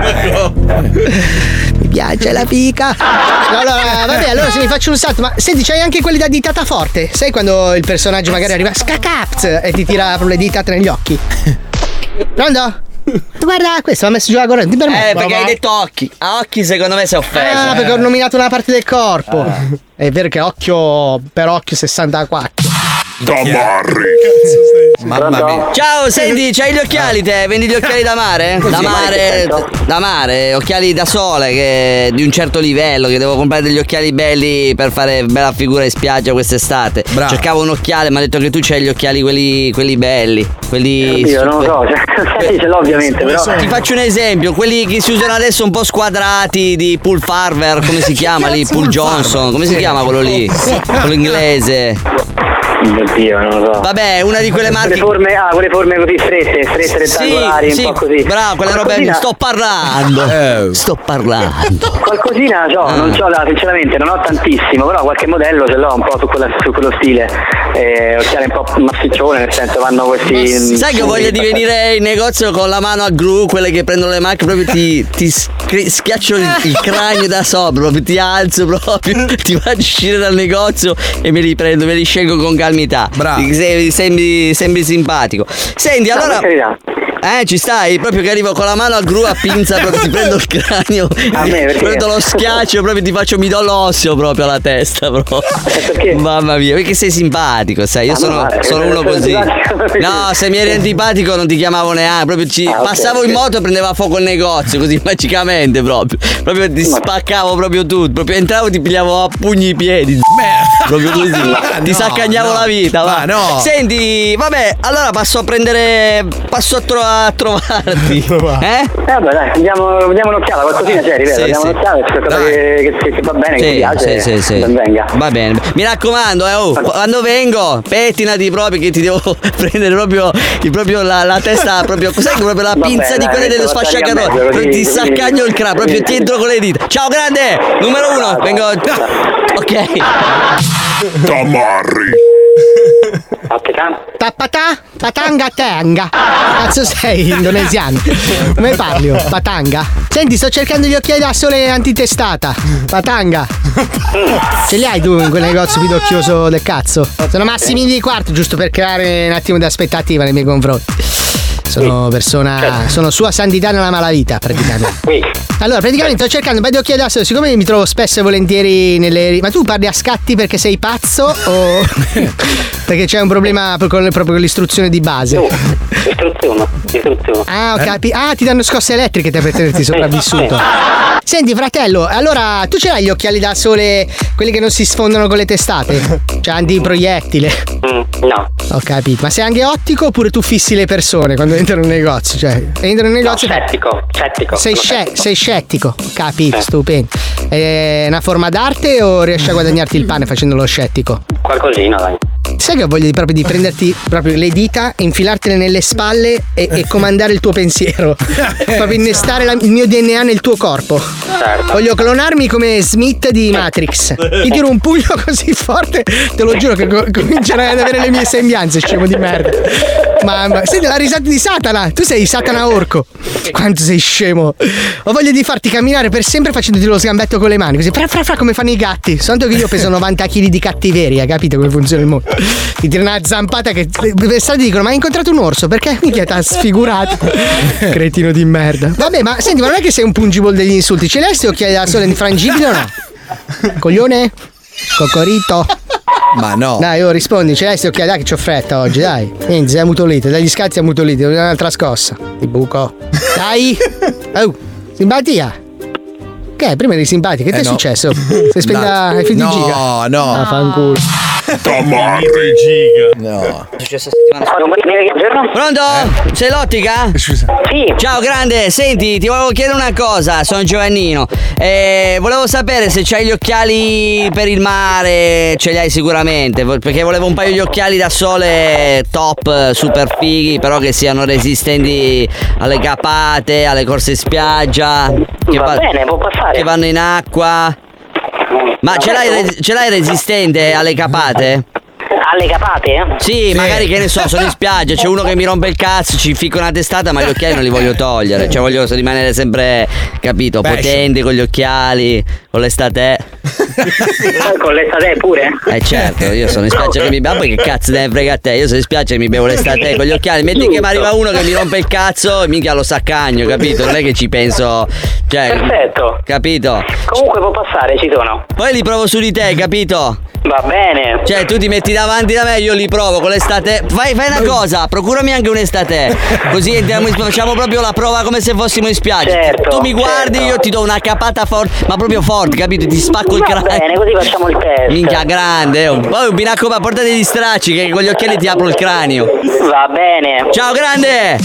Mi piace la pica. Allora, vabbè, allora se mi faccio un salto, ma senti, c'hai anche quelli da ditata forte? Sai quando il personaggio magari arriva scacapt e ti tira proprio le ditate negli occhi? Pronto? Guarda, questo l'ha messo giù la corrente per me. Eh, perché hai detto occhi. A occhi secondo me si è offeso. Ah, perché ho nominato una parte del corpo. È vero che occhio per occhio sessantaquattro. Tamarri. Mamma mia. Ciao, senti, c'hai gli occhiali te? Vendi gli occhiali da mare? Così. Da mare, da mare, occhiali da sole che di un certo livello, che devo comprare degli occhiali belli per fare bella figura in spiaggia quest'estate. Bravo. Cercavo un occhiale, mi ha detto che tu c'hai gli occhiali quelli, quelli belli, quelli Io non lo so, cioè, ce l'ho ovviamente, però. Ti faccio un esempio, quelli che si usano adesso un po' squadrati di Pool Farver, come si chiama lì? Pool Johnson, come si chiama quello lì? Quello inglese. Oddio, non lo so. Vabbè, una di quelle marche. Quelle forme, ah, quelle forme così strette, strette rettangolari, sì, un po' così. bravo, quelle robe. Qualcosina- Sto parlando. Sto parlando. Qualcosina so, Ah. non so, sinceramente non ho tantissimo, però qualche modello ce l'ho un po' su, quella, su quello stile. Eh, occhiali un po' massiccione, nel senso vanno questi. Sai che ho voglia di venire in negozio con la mano a gru, quelle che prendono le macchine, proprio ti, ti scri- schiaccio il, il cranio da sopra, proprio ti alzo proprio, ti faccio uscire dal negozio e me li prendo, me li scelgo con calmità. Bravo. Sei- Sembri, sembri simpatico. Senti, No, allora. per carità. Eh, ci stai? Proprio che arrivo con la mano a gru a pinza, proprio ti prendo il cranio, A me, perché? prendo lo schiaccio, proprio ti faccio mi do l'osseo proprio alla testa, proprio. Perché? Mamma mia, perché sei simpatico, sai, io Ah, sono, no, eh, sono eh, uno sono così. simpatico. No, se mi eri antipatico non ti chiamavo neanche, proprio ci Ah, ok, passavo in ok. moto e prendeva a fuoco il negozio, così magicamente proprio. Proprio ti spaccavo proprio tutto, proprio entravo e ti pigliavo a pugni i piedi. Proprio così. ti no, saccagnavo no. la vita, va. Ma no. Senti, vabbè, allora passo a prendere. Passo a, tro- a trovarti. Eh? Eh vabbè dai, andiamo, vediamo un'occhiata, qualcosina c'è, ripeto, Sì, diamo sì. un'occhiata, c'è qualcosa Dai. che, che, che va bene, che ti Sì, piace, sì, sì, sì. ben venga. Va bene. Mi raccomando, eh, oh, quando vengo, pettinati proprio che ti devo prendere proprio, il- proprio la, la testa, proprio. Cos'è che proprio la Vabbè, pinza di dai, quelle dello adesso passare a sfasciacarrozze? mezzo, Proprio così- ti così- saccagno il cranio, proprio ti entro con le dita. Ciao grande! Numero uno, vengo. Ok. Tamarri. Tapatà, patanga tanga. Cazzo sei indonesiano? Come parli? oh? Patanga? Senti, sto cercando gli occhiali da sole antitestata. Patanga. Ce li hai tu in quel negozio pidocchioso del cazzo? Sono Massimi di Quarto, giusto per creare un attimo di aspettativa nei miei confronti. Sono persona. Sono sua santità nella malavita, praticamente. Allora, praticamente sto cercando un paio di occhiali da sole, siccome mi trovo spesso e volentieri nelle. Ma tu parli a scatti perché sei pazzo o perché c'è un problema con, proprio con l'istruzione di base? Istruzione, istruzione. Ah, ho capito. Ah, ti danno scosse elettriche te per tenerti sopravvissuto. Senti, fratello, allora tu ce l'hai gli occhiali da sole, quelli che non si sfondano con le testate? Cioè antiproiettile? Mm, no. Ho capito. Ma sei anche ottico oppure tu fissi le persone quando entrano in negozio? Cioè, entrano in negozio. No, scettico, scettico. Sei, sce- sei scettico. Capito, stupendo. È una forma d'arte o riesci a guadagnarti il pane facendo lo scettico? Qualcosina, dai. Sai che ho voglia di, proprio di prenderti proprio le dita, infilartele nelle spalle e, e comandare il tuo pensiero. Proprio innestare la, il mio D N A nel tuo corpo. Certo. Voglio clonarmi come Smith di Matrix. Ti tiro un pugno così forte, te lo giuro che co- comincerai ad avere le mie sembianze, scemo di merda. Mamma, senti la risata di Satana. Tu sei Satana orco. Quanto sei scemo. Ho voglia di farti camminare per sempre facendoti lo sgambetto con le mani, così fra fra fra come fanno i gatti. Soltanto che io peso novanta chili di cattiveria, capito come funziona il mondo? Ti tira una zampata che per strada dicono: ma hai incontrato un orso? Perché mica t'ha sfigurato? Cretino di merda. Vabbè, ma senti, ma non è che sei un pungible degli insulti? Ce l'hai sti occhiali da sole infrangibili o no? Coglione? Cocorito? Ma no. Dai, oh, rispondi, ce l'hai sti occhiali? Dai che c'ho fretta oggi, dai. Niente, sei ammutolito, dagli scazzi ammutoliti, un'altra scossa. Ti buco. Dai. Oh, simpatia. Che? Prima eri simpatica, che Eh ti è no. successo? Sei spenta No. ai figli No, di giga? no. No. Ah, fanculo. Tamarri. No. È successo settimana scorsa. Pronto? Sei l'ottica? Scusa. Sì. Ciao grande, senti, ti volevo chiedere una cosa, sono Giovannino. Eh, volevo sapere se c'hai gli occhiali per il mare, ce li hai sicuramente, perché volevo un paio di occhiali da sole top, super fighi, però che siano resistenti alle capate, alle corse in spiaggia. Che Va bene, può passare. Che vanno in acqua. Ma ce l'hai, res- ce l'hai resistente alle capate? Alle capate? Sì, magari che ne so, sono in spiaggia, c'è uno che mi rompe il cazzo, ci ficco una testata, ma gli occhiali non li voglio togliere. Cioè voglio rimanere sempre, capito, Beh, potente con gli occhiali, con l'estate. Con l'estate pure? Eh certo, io sono in spiaggia che mi bevo, poi che cazzo te ne frega a te? Io sono in spiaggia che mi bevo l'estate con gli occhiali. Metti che mi arriva uno che mi rompe il cazzo e minchia lo saccagno, capito? Non è che ci penso. Cioè, Perfetto. capito? Comunque può passare, ci sono. Poi li provo su di te, capito? Va bene. Cioè tu ti metti davanti da me, io li provo con l'estate. Fai, fai una cosa, procurami anche un'estate. Così entriamo in, facciamo proprio la prova come se fossimo in spiaggia. Certo, Tu mi guardi, certo. io ti do una capata forte, ma proprio forte, capito? Ti spacco il Va cranio. bene, così facciamo il test. Minchia grande, oh. Poi un binacco, ma porta degli stracci che con gli occhiali ti apro il cranio. Va bene. Ciao grande!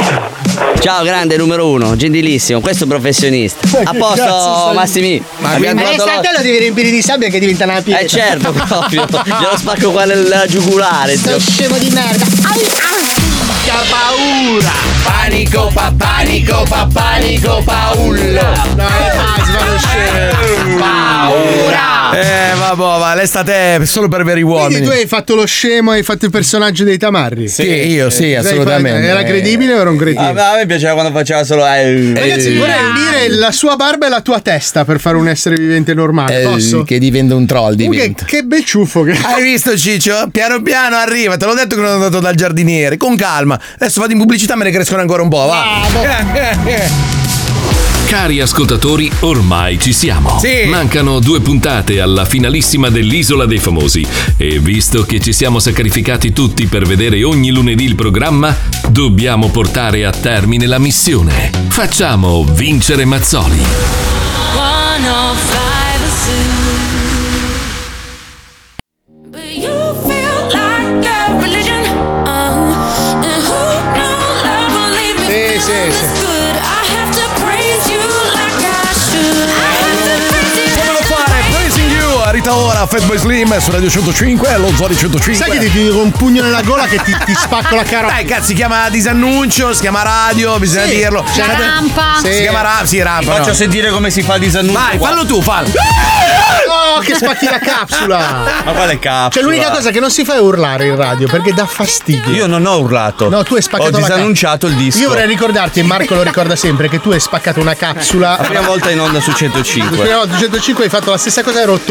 Ciao grande numero uno, gentilissimo, questo è un professionista. A posto Massimi. Ma Abbiamo trovato l'estate lo- lo devi riempire di sabbia che diventa una pietra. Eh certo, proprio. Glielo spacco qua nella giugulare. Sto scemo di merda. Ai, ah. Che paura! Panico, pa panico, pa panico, paura! No, lo scemo. Paura! Eh, vabbè, ma l'estate è solo per veri uomini. Quindi tu hai fatto lo scemo, hai fatto il personaggio dei Tamarri? Sì, io sì, Sei- assolutamente. Era credibile o era un cretino? A me, a me piaceva quando faceva solo. Eh, Ragazzi, eh, vorrei unire la sua barba e la tua testa per fare un essere vivente normale. Eh, Posso? che diventa un troll, Comunque, diventa. che bel ciuffo che. Hai visto Ciccio? Piano piano arriva, te l'ho detto che non è andato dal giardiniere, con calma. Adesso vado in pubblicità, me ne crescono ancora un po', va. Cari ascoltatori, ormai ci siamo. Sì. Mancano due puntate alla finalissima dell'Isola dei Famosi e visto che ci siamo sacrificati tutti per vedere ogni lunedì il programma, dobbiamo portare a termine la missione. Facciamo vincere Mazzoli. Sì, sì, sì. Come lo fare? Praising You, a Rita Ora, Fatboy Slim su Radio centocinque, lo Zoli centocinque. Sai che ti tiro un pugno nella gola che ti, ti spacco la carota? Dai, cazzo, si chiama disannuncio, si chiama radio, bisogna Sì. dirlo. C'è rampa. Si Sì. chiama rampa, sì, rampa. Faccio no. sentire come si fa il disannuncio. Vai, qua. fallo tu, fallo. Oh, che spacchi la capsula! Ma quale capsula? Cioè, l'unica cosa che non si fa è urlare in radio perché dà fastidio. Io non ho urlato. No, tu hai spaccato Ho la capsula. disannunciato il disco. Io vorrei ricordarti, e Marco lo ricorda sempre, che tu hai spaccato una capsula. La prima volta in onda su La centocinque. prima volta su centocinque hai fatto la stessa cosa e hai rotto una capsula.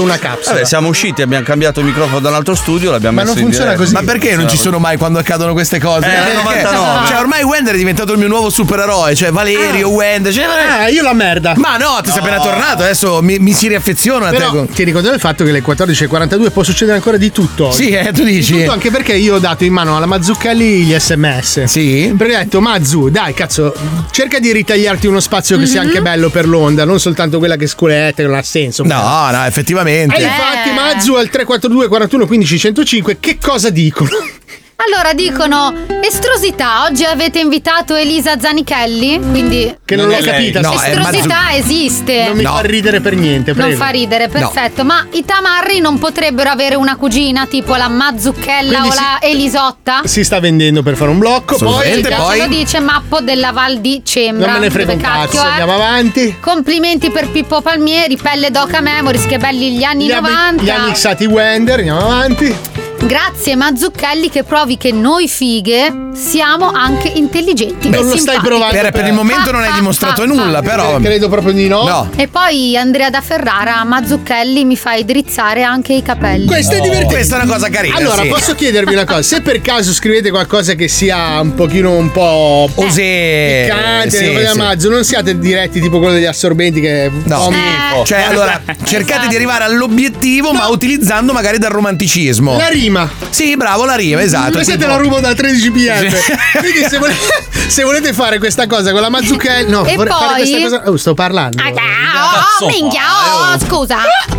Vabbè, siamo usciti, abbiamo cambiato il microfono da un altro studio, l'abbiamo Ma messo non in funziona diretta. così. Ma perché non ci sono mai quando accadono queste cose? Eh, Perché? novantanove. Cioè, ormai Wender è diventato il mio nuovo supereroe. Cioè, Valerio, Wender. Cioè, Ah, io la merda. Ma no, ti sei appena tornato. Adesso mi, mi si riaffeziono a te. Però ti ricordo del fatto che alle quattordici e quarantadue può succedere ancora di tutto. Sì, eh, tu dici. Di tutto, anche perché io ho dato in mano alla Mazzucchelli gli sms. Sì. Perché ho detto, Mazzu, dai, cazzo, cerca di ritagliarti uno spazio che sia anche bello per l'onda, non soltanto quella che sculette, non ha senso. No, no, effettivamente. E infatti, Mazzu al tre quattro due quarantuno quindici centocinque, che cosa dicono? Allora dicono estrosità. Oggi avete invitato Elisa Zanichelli, quindi Che non, l'ho capita. No, è estrosità esiste. Non mi No. fa ridere per niente, prego. Non fa ridere, perfetto. Ma i tamarri non potrebbero avere una cugina tipo la Mazzucchella Quindi o la Elisotta? Si sta vendendo per fare un blocco. Poi Assolutamente, Ce poi- lo dice Mappo della Val di Cembra. non me ne frega un Dove cacchio cazzo, è? andiamo avanti. Complimenti per Pippo Palmieri, pelle d'oca memories, che belli gli anni Gli ha- novanta. Gli ha mixati Wender, andiamo avanti. Grazie Mazzucchelli che provi che noi fighe siamo anche intelligenti. Non e lo stai simpatiche. provando Per, per il momento non hai dimostrato nulla, però. Credo proprio di no. No. E poi Andrea da Ferrara, Mazzucchelli mi fai drizzare anche i capelli. Questo è divertente. Questa è una cosa carina. Allora, sì. posso chiedervi una cosa? Se per caso scrivete qualcosa che sia un pochino un po' Osè. piccante, Sì, nei sì. Mazzo, non siate diretti tipo quello degli assorbenti che No, Eh. cioè allora cercate di arrivare all'obiettivo, ma utilizzando magari del romanticismo. La rima. Sì, bravo, la rima, esatto. Questa te tipo- la rubo da tredici p m. Sì. Quindi se volete, se volete fare questa cosa con la Mazzucchelli, no, E vorrei fare poi- questa cosa. Oh, sto parlando. Ah, oh, oh, minchia, oh, scusa.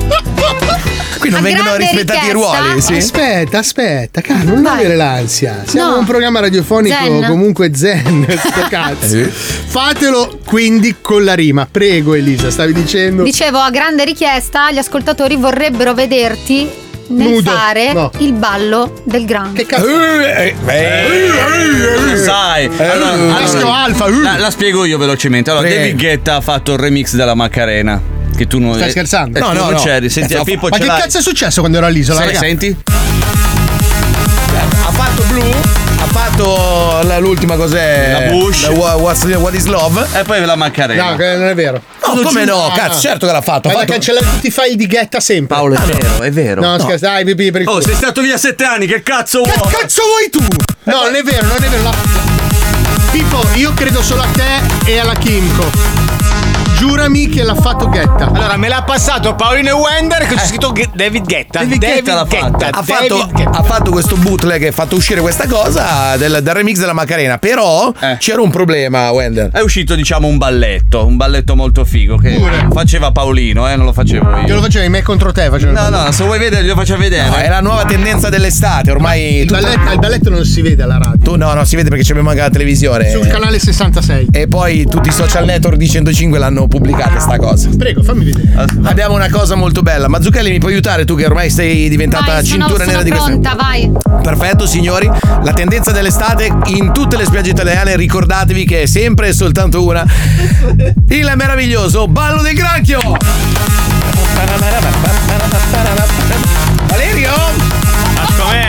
Qui non A vengono grande rispettati i richiesta- ruoli, sì. Aspetta, aspetta, cara, non Vai. avere l'ansia. Siamo No. un programma radiofonico Zen. comunque zen, sto cazzo. Eh. Fatelo quindi con la rima. Prego, Elisa, stavi dicendo. Dicevo, a grande richiesta, gli ascoltatori vorrebbero vederti nel Nudo. fare No. il ballo del gran. Che cazzo? Eh, eh, Sai, allora, Maschio allora, alfa, uh. la, la spiego io velocemente. Allora, Prego. David Guetta ha fatto il remix della Macarena. Che tu non Stai scherzando? Eh, No, tu no, non no. c'eri. Senti, Eh, a Pippo Ma ce che l'hai. cazzo è successo quando ero all'isola, Sai, ragazzi? senti? ha fatto Blue, ha fatto la- l'ultima cos'è? La Bush. La Wha- What's- What is Love? E poi la Macarena. No, che non è vero. No, come no? Ah, Cazzo, certo che l'ha fatto. Ha Vai a fatto- cancellare tutti i file di Guetta sempre. Paolo, è vero, è vero. No, scherzo, dai, pipì per il Oh, culo. sei stato via sette anni, che cazzo Che vuoi? cazzo vuoi tu? No, non è vero, non è vero. La... Pippo, io credo solo a te e alla Kimco. Giurami che l'ha fatto Guetta. Allora, me l'ha passato Paolino e Wender che c'è scritto Ge- David Guetta. David Guetta l'ha fatto. Ha David fatto, Guetta. ha fatto questo bootleg, ha fatto uscire questa cosa del, del remix della Macarena. Però Eh. c'era un problema, Wender. È uscito, diciamo, un balletto, un balletto molto figo che faceva Paolino, eh, non lo facevo io. Io lo facevo in me contro te. Facevo No, no, se vuoi vedere, glielo faccio vedere. No, è la nuova tendenza dell'estate. Ormai. Il tutto- balletto, il balletto non si vede alla radio. tu- no, no, si vede perché c'è anche la televisione. Sul canale sessantasei. E poi tutti i social network di centocinque l'hanno pubblicata sta cosa. Prego, fammi vedere. Abbiamo una cosa molto bella. Mazzucchelli, mi puoi aiutare tu che ormai sei diventata Vai, sono, cintura sono nera di questa. pronta, vai. Perfetto, signori. La tendenza dell'estate in tutte le spiagge italiane, ricordatevi che è sempre e soltanto una. Il meraviglioso ballo del granchio. Valerio? Ma com'è?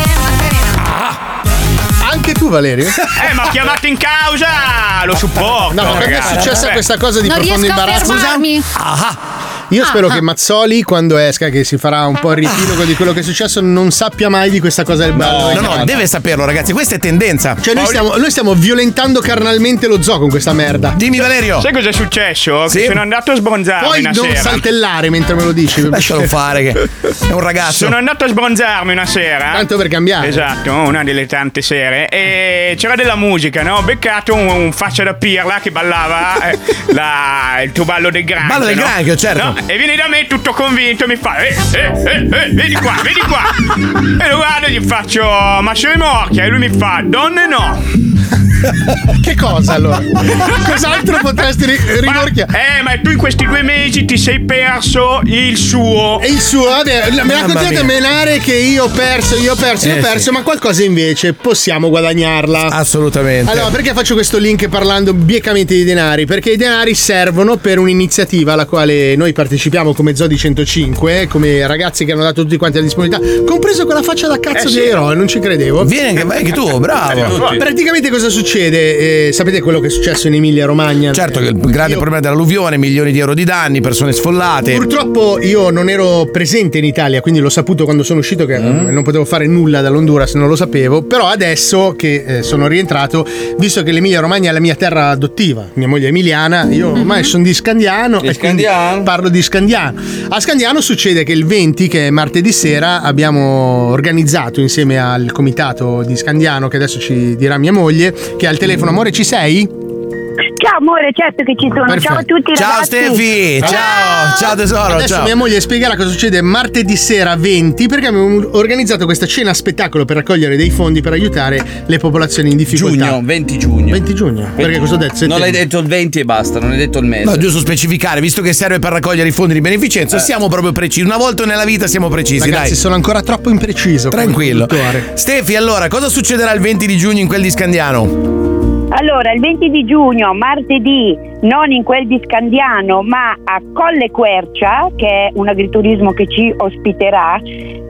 Anche tu, Valerio? Eh, ma chiamato in causa! Lo supporto! No, ma perché è ragazzi. successa Eh. questa cosa di Non profondo riesco a imbarazzo? fermarmi. Io spero Ah, che ah. Mazzoli, quando esca, che si farà un po' il riepilogo di quello che è successo, non sappia mai di questa cosa del ballo. No, no, deve saperlo, ragazzi. Questa è tendenza. Cioè, noi stiamo, noi stiamo violentando carnalmente lo zoo con questa merda. Dimmi, Valerio. Sai cos'è successo? Sì. Che sono andato a sbronzarmi Puoi una non sera. saltellare mentre me lo dici. Lascialo fare, che è un ragazzo. Sono andato a sbronzarmi una sera. Tanto per cambiare. Esatto, una delle tante sere. E c'era della musica, no? Ho beccato un, un faccia da pirla che ballava eh, la- il tuo ballo del granchio. Ballo del no? granchio, certo. No? E viene da me tutto convinto e mi fa: eh, eh, eh, eh, vedi qua, vedi qua. E lo guardo e gli faccio: ma sono rimorchia. E lui mi fa: donne no. Che cosa allora? Cos'altro potresti ri- rimorchiare? Ma, eh, ma tu in questi due mesi ti sei perso il suo. E il suo, vabbè, me la continuate a menare che io ho perso, io ho perso, io ho Eh, perso, sì. ma qualcosa invece possiamo guadagnarla. Assolutamente. Allora, perché faccio questo link parlando biecamente di denari? Perché i denari servono per un'iniziativa alla quale noi partecipiamo come Zodi centocinque, come ragazzi che hanno dato tutti quanti la disponibilità, compreso quella faccia da cazzo Eh, di sì. eroe, non ci credevo. Vieni anche, vai anche tu, bravo. Praticamente cosa succede? Eh, sapete quello che è successo in Emilia Romagna? Certo che il grande io... problema dell'alluvione, milioni di euro di danni, persone sfollate. Purtroppo io non ero presente in Italia, quindi l'ho saputo quando sono uscito che mm. non potevo fare nulla dall'Honduras, non lo sapevo. Però adesso che eh, sono rientrato, visto che l'Emilia Romagna è la mia terra adottiva, mia moglie è emiliana, io ormai sono di Scandiano Di e Scandiano. parlo di Scandiano. A Scandiano succede che il venti, che è martedì sera, abbiamo organizzato insieme al comitato di Scandiano, che adesso ci dirà mia moglie, che è al telefono. Amore, ci sei? Ciao amore, certo che ci sono. Perfetto. Ciao a tutti Ciao ragazzi. Stefi, ciao, ciao tesoro. Adesso ciao. mia moglie spiegherà cosa succede martedì sera venti, perché abbiamo organizzato questa cena spettacolo per raccogliere dei fondi per aiutare le popolazioni in difficoltà. Giugno, venti giugno. venti giugno. venti Perché cosa ho detto? Non l'hai detto il venti e basta, non hai detto il mese. No, giusto specificare, visto che serve per raccogliere i fondi di beneficenza, Eh. siamo proprio precisi. Una volta nella vita siamo precisi, Ragazzi, dai. sono ancora troppo impreciso. Tranquillo. Stefi, allora, cosa succederà il venti di giugno in quel di Scandiano? Allora, il venti di giugno, martedì, non in quel di Scandiano, ma a Colle Quercia, che è un agriturismo che ci ospiterà,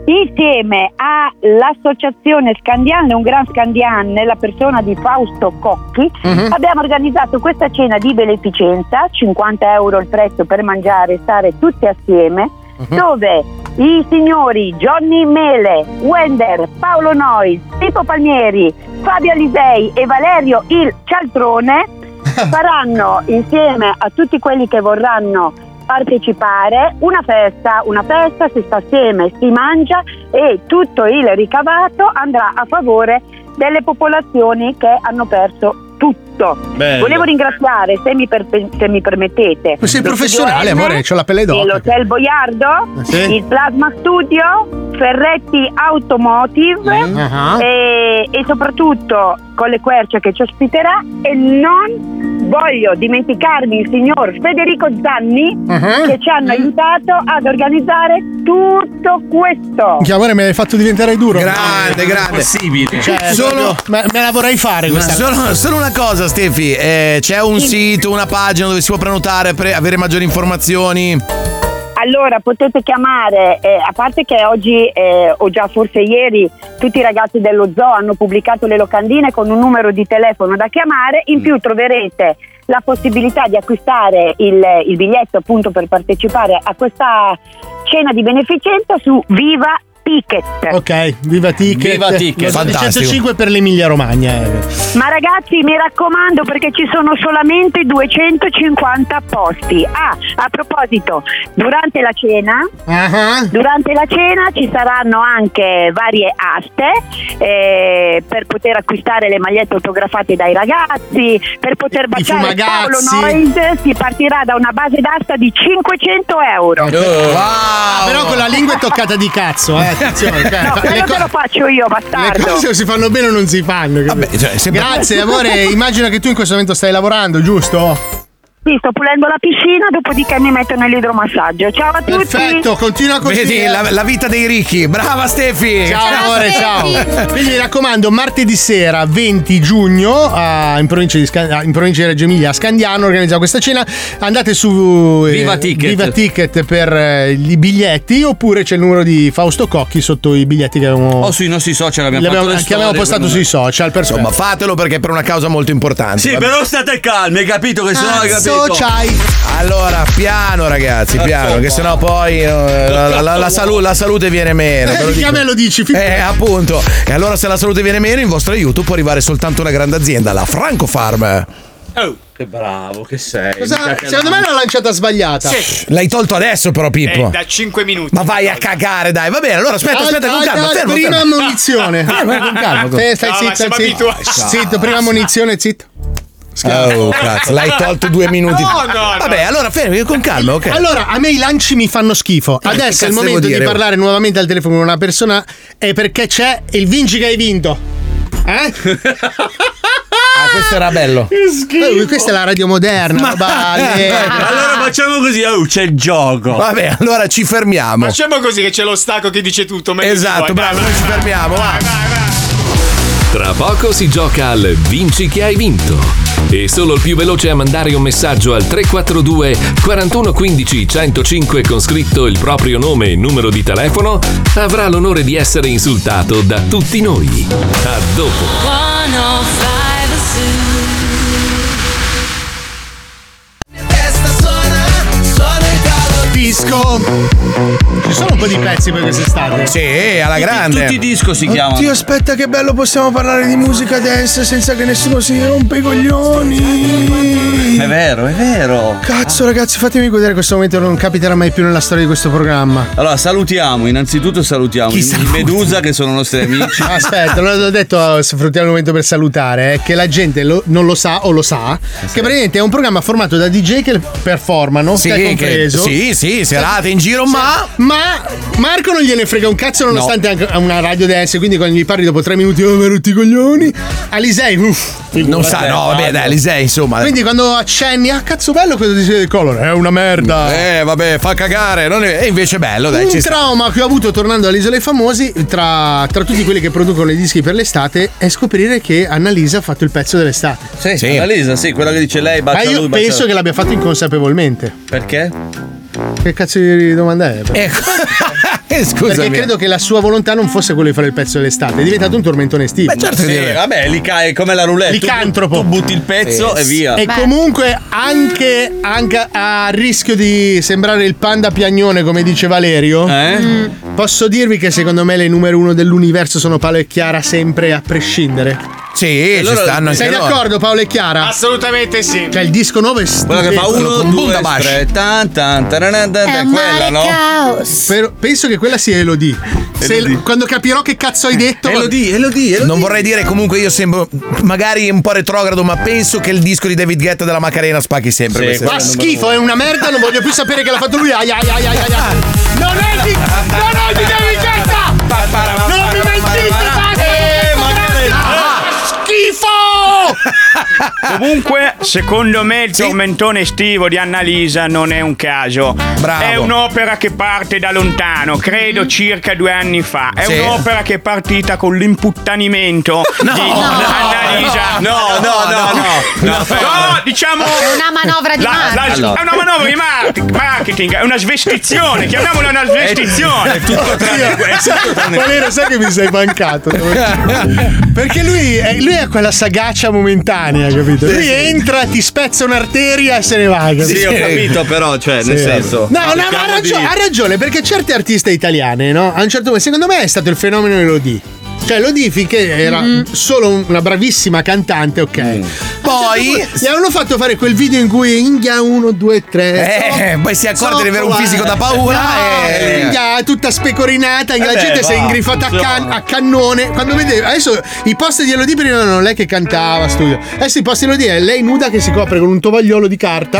insieme all'associazione Scandian, un gran Scandian, nella persona di Fausto Cocchi, Mhm. abbiamo organizzato questa cena di beneficenza, cinquanta euro il prezzo per mangiare e stare tutti assieme, dove i signori Johnny Mele, Wender, Paolo Nois, Pippo Palmieri, Fabio Alisei e Valerio il Cialtrone faranno insieme a tutti quelli che vorranno partecipare una festa, una festa, si sta assieme, si mangia e tutto il ricavato andrà a favore delle popolazioni che hanno perso tutto. Bello. Volevo ringraziare, se mi, per- se mi permettete, Ma sei lo professionale, Studio M, amore, c'ho la pelle d'oca. l'Hotel Boiardo, Eh, sì. il Plasma Studio, Ferretti Automotive Mm. Ah. e, e soprattutto Colle Quercia che ci ospiterà, e non voglio dimenticarmi il signor Federico Zanni Uh-huh. che ci hanno aiutato ad organizzare tutto questo. Che amore, mi hai fatto diventare duro. Grande, grande. Possibile. Cioè, Solo- proprio- me, me la vorrei fare Ma questa solo, solo una cosa, Stefi, eh, c'è un sito, una pagina dove si può prenotare per avere maggiori informazioni? Allora potete chiamare, eh, a parte che oggi eh, o già forse ieri tutti i ragazzi dello zoo hanno pubblicato le locandine con un numero di telefono da chiamare, in più troverete la possibilità di acquistare il, il biglietto appunto per partecipare a questa cena di beneficenza su Viva Ticket. Ok, viva Ticket. Viva Ticket. Lo Fantastico. centocinque per l'Emilia Romagna. eh. Ma ragazzi, mi raccomando, perché ci sono solamente duecentocinquanta posti. Ah, a proposito, durante la cena Ah, durante la cena ci saranno anche varie aste eh, per poter acquistare le magliette autografate dai ragazzi, per poter baciare Paolo fumagazzi. Noise. Si partirà da una base d'asta di cinquecento euro. Ah, però con la lingua è toccata di cazzo, eh. Attenzione, cioè, No, fa- quello le, te lo faccio io, le bastardo. cose o si fanno bene o non si fanno. capito? cioè, sempre- Grazie, amore. Immagino che tu in questo momento stai lavorando, giusto? Sì, sto pulendo la piscina, dopodiché mi metto nell'idromassaggio. Ciao a tutti. Perfetto, continua così. Vedi, eh. la, la vita dei ricchi. Brava Stefi. Ciao, amore, Stefi. ciao. Quindi mi raccomando, martedì sera venti giugno a- in, provincia di Scan- in provincia di Reggio Emilia, a Scandiano, organizza questa cena. Andate su eh, Viva Ticket. Viva Ticket per eh, i biglietti, oppure c'è il numero di Fausto Cocchi sotto i biglietti che avevamo, O sui nostri social abbiamo li abbiamo- fatto le che avevamo storie, postato quindi- sui social. Perfetto. Insomma, fatelo perché è per una causa molto importante. Sì, Va- però state calmi, hai capito? Che sennò hai Cazzo capito. c'hai. Allora, piano ragazzi, piano, che sennò poi eh, la, la- la- la salu- la salute viene meno. ve lo Eh, dico. che a me lo dici, figlio. Eh, appunto. E allora se la salute viene meno, in vostro aiuto può arrivare soltanto una grande azienda, la Franco Farm. Oh, che bravo che sei. Cosa- Mica che secondo me è una lanciata sbagliata. L'hai tolto adesso però, Pippo. Eh, da cinque minuti. Ma vai a cagare, dai. Va bene, allora aspetta, aspetta, con Alt- calma. alt- Fermo, prima fermo. munizione. Fermo, con calma. Eh, stai No, ma zitto, siamo zitto. abituati. Zitto, prima munizione, zitto. Oh, cazzo, l'hai tolto due minuti. No, no, no. Vabbè, allora fermi, con calma, ok. Allora, a me i lanci mi fanno schifo. che Adesso è cazzo il devo momento di dire? parlare nuovamente al telefono con una persona, e perché c'è il vinci che hai vinto. Eh? Ah, questo era bello. Eh, questa è la radio moderna. roba allegra. Allora facciamo così, oh, c'è il gioco. Vabbè, allora ci fermiamo. Facciamo così che c'è lo stacco che dice tutto. meglio di Esatto, voi. bravo, noi ci fermiamo, va. Tra poco si gioca al Vinci che hai vinto. E solo il più veloce a mandare un messaggio al tre quattro due quarantuno quindici centocinque con scritto il proprio nome e numero di telefono avrà l'onore di essere insultato da tutti noi. A dopo. Disco. Ci sono un po' di pezzi per quest'estate. Sì, alla grande. Tutti i disco si chiamano. Oddio, aspetta che bello, possiamo parlare di musica dance senza che nessuno si rompe i coglioni. È vero, è vero. Cazzo ragazzi, fatemi godere questo momento, non capiterà mai più nella storia di questo programma. Allora, salutiamo, innanzitutto salutiamo i i Medusa che sono nostri amici. Aspetta, non l'ho detto, sfruttiamo il momento per salutare, è che la gente lo- non lo sa o lo sa, che praticamente è un programma formato da D J che performano, Sì, te che- compreso. sì, sì, serate in giro, ma- Ma Marco non gliene frega un cazzo nonostante anche ha una radio dance, quindi quando gli parli dopo tre minuti, oh, mi hai rotto i coglioni. Alisei, uff. Non sa, no, vabbè, dai, Alisei, insomma. Quindi quando accenni, ah cazzo bello quello di del colore, è una merda. Eh, vabbè, fa cagare, non è... e invece è bello, dai. Un ci sta. trauma che ho avuto tornando all'Isola dei Famosi, tra, tra tutti quelli che producono i dischi per l'estate, è scoprire che Annalisa ha fatto il pezzo dell'estate. Sì, sì. Annalisa, sì, quella che dice lei, bacia Ma io lui, bacia- penso che l'abbia fatto inconsapevolmente. Perché? Che cazzo di domanda è? Eh, scusami. Perché credo che la sua volontà non fosse quello di fare il pezzo dell'estate, è diventato un tormentone estivo. Beh, certo sì, vabbè, lì cai come la roulette. Licantropo. Tu, tu butti il pezzo Sì. e via. E comunque anche, anche a rischio di sembrare il panda piagnone, come dice Valerio, Eh? posso dirvi che secondo me le numero uno dell'universo sono Paolo e Chiara, sempre a prescindere. Sì, ci stanno anche Sei loro. d'accordo Paolo e Chiara? Assolutamente sì. Cioè il disco nuovo è Quella che fa stupendo. uno, Con due, Bundabash. tre, tan, tan, taranan, tan, È tan, un quella, mare no? caos. Però penso che quella sia Elodie. Se- Elodie. Quando capirò che cazzo hai detto. Elodie, Elodie, Elodie. Non vorrei dire, comunque io sembro magari un po' retrogrado, ma penso che il disco di David Guetta della Macarena spacchi sempre. Sì, queste- Fa schifo, è una merda, non voglio più sapere che l'ha fatto lui. Ai, ai, ai, ai, ai, ai. Non è di. Non è di David Guetta! Non mi mentite, basta! Schifo! Comunque, secondo me il tormentone estivo di Annalisa non è un caso. Bravo. È un'opera che parte da lontano, credo circa due anni fa. È Sì. un'opera che è partita con l'imputtanimento No, di no, Annalisa. No, no, no, no. No, no, diciamo. È una manovra di la- la- marketing. È una manovra di marketing, marketing, è una svestizione, chiamiamola una svestizione. È tutto tranne questo. Valero, sai che mi sei mancato? Perché lui è, lui ha quella sagacia momentanea, capito? Lui entra, ti spezza un'arteria e se ne va, capito? Sì, ho capito, però, cioè, nel Sì. senso. No, no, ma ha, cercando ragio- di- ha ragione, perché certe artiste italiane, no? A un certo punto, secondo me è stato il fenomeno Elodie. Cioè, Elodie finché era solo una bravissima cantante, ok. Mm. Poi Gli hanno fatto fare quel video in cui Inghia uno, due, tre. Eh, poi si accorge di avere un fisico da paura No, e- Inghia tutta specorinata, la beh, gente si è va, ingrifata a, can- a cannone. Quando vede adesso i post di Elodie prima erano lei che cantava, studio. Adesso i post di Elodie è lei nuda che si copre con un tovagliolo di carta.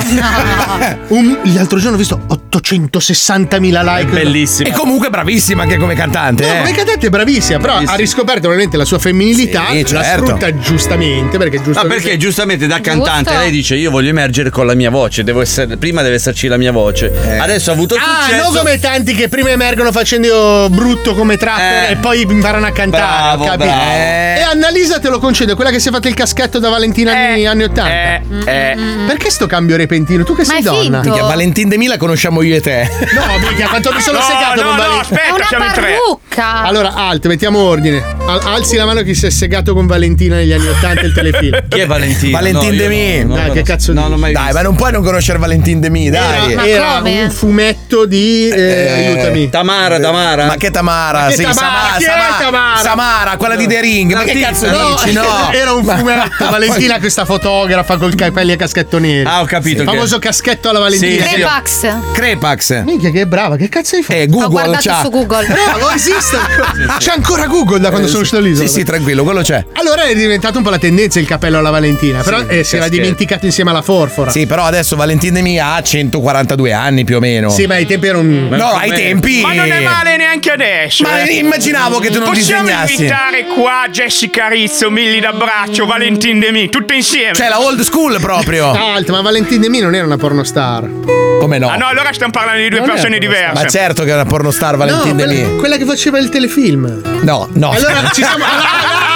Un- l'altro giorno ho visto ottocentosessantamila like. Bellissima. E comunque bravissima anche come cantante. No, eh. come cantante è bravissima, però ha riscoperto veramente la sua femminilità, Sì, la certo. sfrutta giustamente, perché Ma giustamente perché giustamente da cantante Giusto. lei dice io voglio emergere con la mia voce, devo essere, prima deve esserci la mia voce. Adesso ha avuto Ah, successo. non come tanti che prima emergono facendo io brutto come trapper Eh. e poi imparano a cantare. Bravo, ho capito? bravo. E Annalisa te lo concedo, quella che si è fatta il caschetto da Valentina anni, anni ottanta. Eh, eh. Perché sto cambio repentino? Tu che Ma sei è donna? finto. Minchia, Valentin De Mila conosciamo io e te. No, minchia, quanto mi sono No, segato no, con no, Valentina. È aspetta, una siamo in tre. parrucca. Allora, alt, mettiamo ordine. Al- alzi la mano chi si è segato con Valentina negli anni ottanta il telefilm. Chi è Valentina? Valentin No, io De Mi. no, no, Dai, no, che no. cazzo No, dici? non mai Dai, visto. ma non puoi non conoscere Valentin De Mi, dai. Era, Ma era come? un fumetto di eh, Eh, aiutami. Tamara, Tamara. Ma che Tamara? Ma che sì, Tamara? Samara, Chi è Samara, Tamara? Samara, quella di The Ring. Ma che cazzo No, dici? No. era un fumetto. Valentina, questa fotografa col capelli a caschetto nero. Ah, ho capito. Il che- famoso caschetto alla Valentina. Sì, sì. Crepax. Crepax. Minchia, che brava, che cazzo hai fatto? Eh, Ho Google guardato c'ha. su Google. Bravo, esiste. C'è ancora Google da quando sono uscito all'isola. Sì, sì, tranquillo, quello c'è. Allora è diventato un po' la tendenza il cappello alla Valentina, però eh, si era caschetto. dimenticato insieme alla forfora. Sì, però adesso Valentin De Mi ha centoquarantadue anni più o meno. Sì, ma ai tempi era un. No, ai tempi. Ma non è male neanche adesso. Ma eh. immaginavo che tu non Possiamo disegnassi. invitare qua Jessica Rizzo, Milli d'Abbraccio, Valentin De Mi, tutte insieme. Cioè, la old school proprio. Alt, ma Valentin De Mi non era una pornostar. Come no? Ah no, allora stiamo parlando di due Non è persone una diverse. Ma certo che è una pornostar No, Valentin De quella, Mi. quella che faceva il telefilm. No, no. Allora ci siamo.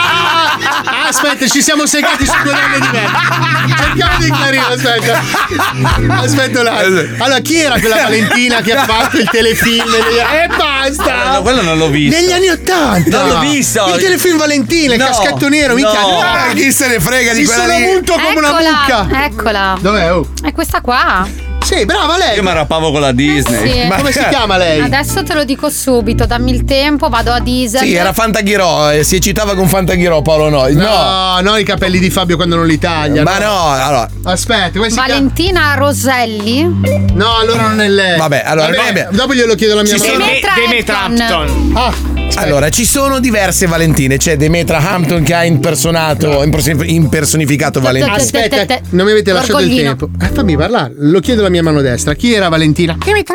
Ah, aspetta, ci siamo segati su due donne diverse. Cerchiamo di chiarire, aspetta. Aspetta un attimo. Allora, chi era quella Valentina che ha fatto il telefilm? E basta! No, quello non l'ho visto. Negli anni Ottanta. Non l'ho visto. Il telefilm Valentina, il No, cascetto nero, minchia. no. Ah, chi se ne frega di si quella sono lì? munto come una mucca. Eccola, eccola. Dov'è? Oh? È questa qua. Sì, brava lei. Io mi arrappavo con la Disney. Sì. Ma come si chiama lei? Adesso te lo dico subito, dammi il tempo, vado a Diesel. Sì, era Fantaghirò, eh, si eccitava con Fantaghirò Paolo Noi. No. No, no, i capelli di Fabio quando non li taglia. Ma no, allora. Aspetta, come si Valentina Roselli. chiama? No, allora non è lei. Vabbè, allora Vabbè, noi abbiamo- dopo glielo chiedo alla mia Ci mamma. sono- Demetra Hampton. Ah. Allora, ci sono diverse Valentine. C'è Demetra Hampton che ha impersonato, imperson- impersonificato Valentina. Aspetta, non mi avete lasciato il Orgoglino. tempo. Eh, fammi parlare. Lo chiedo alla mia mano destra. Chi era Valentina?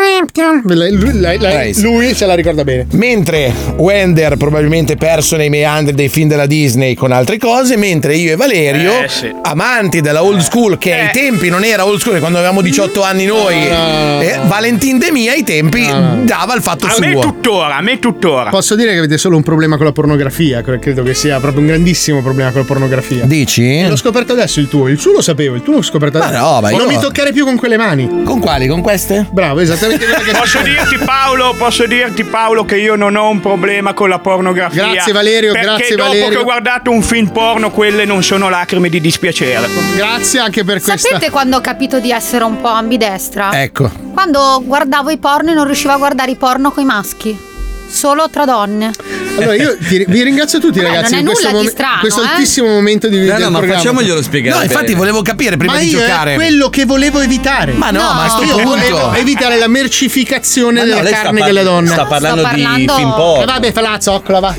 Lei- Lui, lei- lei- Bravissimo. lui se la ricorda bene. Mentre Wender probabilmente perso nei meandri dei film della Disney con altre cose, mentre io e Valerio, Eh, sì. amanti della old school, che ai tempi non era old school, quando avevamo diciotto anni noi, No, no, no, eh, Valentin De Mia ai tempi dava il fatto A suo. me tuttora, a me tuttora. Posso dire che avete solo un problema con la pornografia. cre- Credo che sia proprio un grandissimo problema con la pornografia. Dici? L'ho scoperto adesso il tuo. Il suo lo sapevo, il tuo l'ho scoperto Ma adesso. no, ma io- Non mi toccare più con quelle mani. Con quali? Con queste? Bravo, esattamente quello che Posso dirti Paolo, posso dirti Paolo che io non ho un problema con la pornografia. Grazie, Valerio, perché grazie, dopo Valerio. che ho guardato un film porno, quelle non sono lacrime di dispiacere. Grazie anche per questa. Sapete quando ho capito di essere un po' ambidestra? Ecco. Quando guardavo i porno e non riuscivo a guardare i porno coi maschi. Solo tra donne. Allora io ti- vi ringrazio tutti Vabbè, ragazzi non è in questo, nulla di momen- strano, questo eh. altissimo momento di No, del no, ma programma. facciamoglielo spiegare. No, infatti bene. volevo capire prima Ma di io giocare. è quello che volevo evitare. Ma no, No. ma a sto Io punto. volevo evitare la mercificazione Ma no, della lei sta carne par- delle donne. Sta parlando, Sto parlando- di film E porno. vabbè, fa la zoccola, va. No!